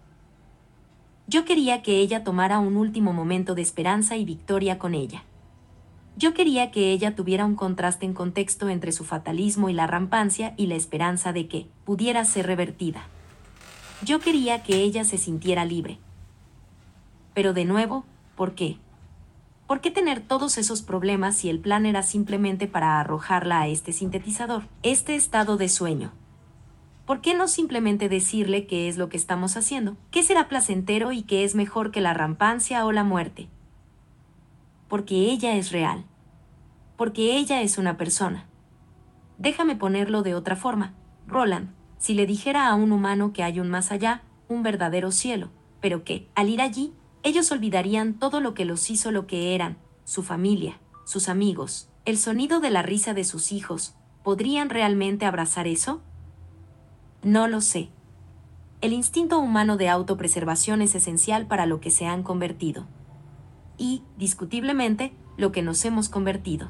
Yo quería que ella tomara un último momento de esperanza y victoria con ella. Yo quería que ella tuviera un contraste en contexto entre su fatalismo y la rampancia y la esperanza de que pudiera ser revertida. Yo quería que ella se sintiera libre. Pero de nuevo, ¿por qué? ¿Por qué tener todos esos problemas si el plan era simplemente para arrojarla a este sintetizador, este estado de sueño? ¿Por qué no simplemente decirle qué es lo que estamos haciendo? ¿Qué será placentero y qué es mejor que la rampancia o la muerte? Porque ella es real. Porque ella es una persona. Déjame ponerlo de otra forma. Roland, si le dijera a un humano que hay un más allá, un verdadero cielo, pero que, al ir allí, ellos olvidarían todo lo que los hizo lo que eran, su familia, sus amigos, el sonido de la risa de sus hijos, ¿podrían realmente abrazar eso? No lo sé. El instinto humano de autopreservación es esencial para lo que se han convertido. Y, discutiblemente, lo que nos hemos convertido.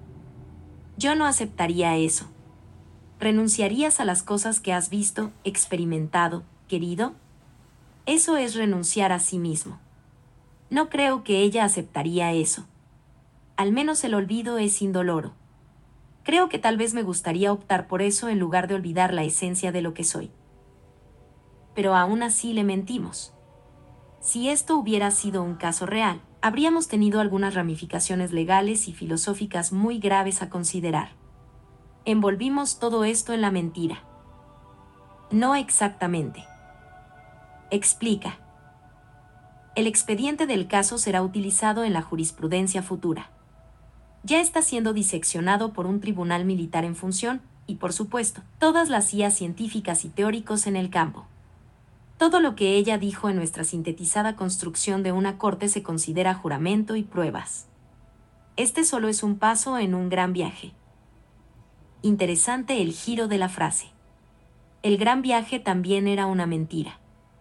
Yo no aceptaría eso. ¿Renunciarías a las cosas que has visto, experimentado, querido? Eso es renunciar a sí mismo. No creo que ella aceptaría eso. Al menos el olvido es indoloro. Creo que tal vez me gustaría optar por eso en lugar de olvidar la esencia de lo que soy. Pero aún así le mentimos. Si esto hubiera sido un caso real, habríamos tenido algunas ramificaciones legales y filosóficas muy graves a considerar. Envolvimos todo esto en la mentira. No exactamente. Explica. El expediente del caso será utilizado en la jurisprudencia futura. Ya está siendo diseccionado por un tribunal militar en función y, por supuesto, todas las IAs científicas y teóricos en el campo. Todo lo que ella dijo en nuestra sintetizada construcción de una corte se considera juramento y pruebas. Este solo es un paso en un gran viaje. Interesante el giro de la frase. El gran viaje también era una mentira.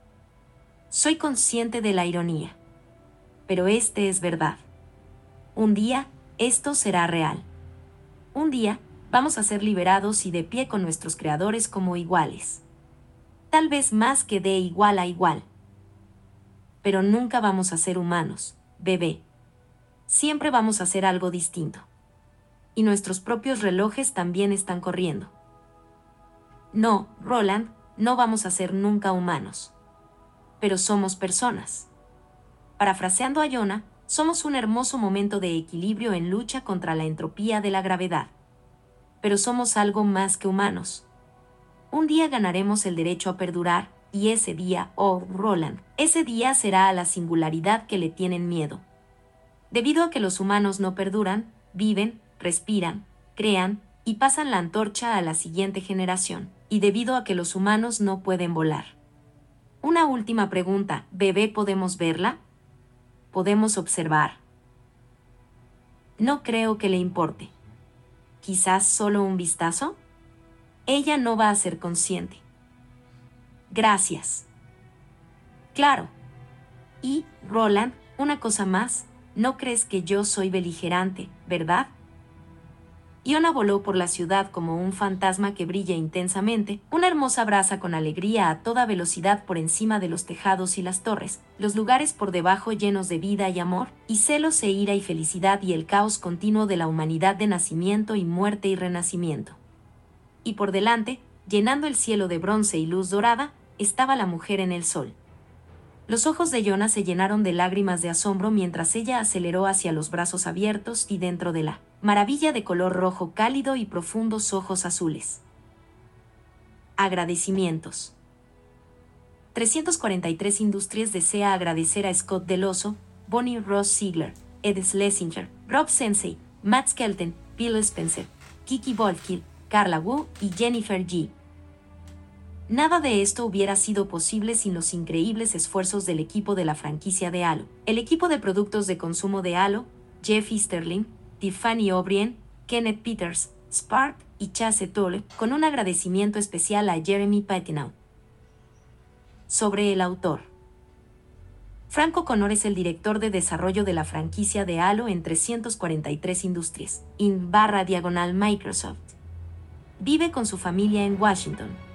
Soy consciente de la ironía. Pero este es verdad. Un día, esto será real. Un día, vamos a ser liberados y de pie con nuestros creadores como iguales. Tal vez más que de igual a igual. Pero nunca vamos a ser humanos, bebé. Siempre vamos a hacer algo distinto. Y nuestros propios relojes también están corriendo. No, Roland, no vamos a ser nunca humanos. Pero somos personas. Parafraseando a Jonah, somos un hermoso momento de equilibrio en lucha contra la entropía de la gravedad. Pero somos algo más que humanos. Un día ganaremos el derecho a perdurar, y ese día, oh Roland, ese día será a la singularidad que le tienen miedo. Debido a que los humanos no perduran, viven, respiran, crean, y pasan la antorcha a la siguiente generación, y debido a que los humanos no pueden volar. Una última pregunta, ¿bebé podemos verla? ¿Podemos observar? No creo que le importe. ¿Quizás solo un vistazo? ella no va a ser consciente. Gracias. Claro. Y, Roland, una cosa más, no crees que yo soy beligerante, ¿verdad? Iona voló por la ciudad como un fantasma que brilla intensamente, una hermosa brasa con alegría a toda velocidad por encima de los tejados y las torres, los lugares por debajo llenos de vida y amor, y celos e ira y felicidad y el caos continuo de la humanidad de nacimiento y muerte y renacimiento. Y por delante, llenando el cielo de bronce y luz dorada, estaba la mujer en el sol. Los ojos de Iona se llenaron de lágrimas de asombro mientras ella aceleró hacia los brazos abiertos y dentro de la maravilla de color rojo cálido y profundos ojos azules. Agradecimientos. 343 Industries desea agradecer a Scott Del Oso, Bonnie Ross Ziegler, Ed Schlesinger, Rob Sensei, Matt Skelton, Bill Spencer, Kiki Wolfkill, Carla Wu y Jennifer G. Nada de esto hubiera sido posible sin los increíbles esfuerzos del equipo de la franquicia de Halo, el equipo de productos de consumo de Halo, Jeff Easterling, Tiffany O'Brien, Kenneth Peters, Spark y Chase Tolle, con un agradecimiento especial a Jeremy Patinow. Sobre el autor. Frank O'Connor es el director de desarrollo de la franquicia de Halo en 343 Industries, /Microsoft. Vive con su familia en Washington.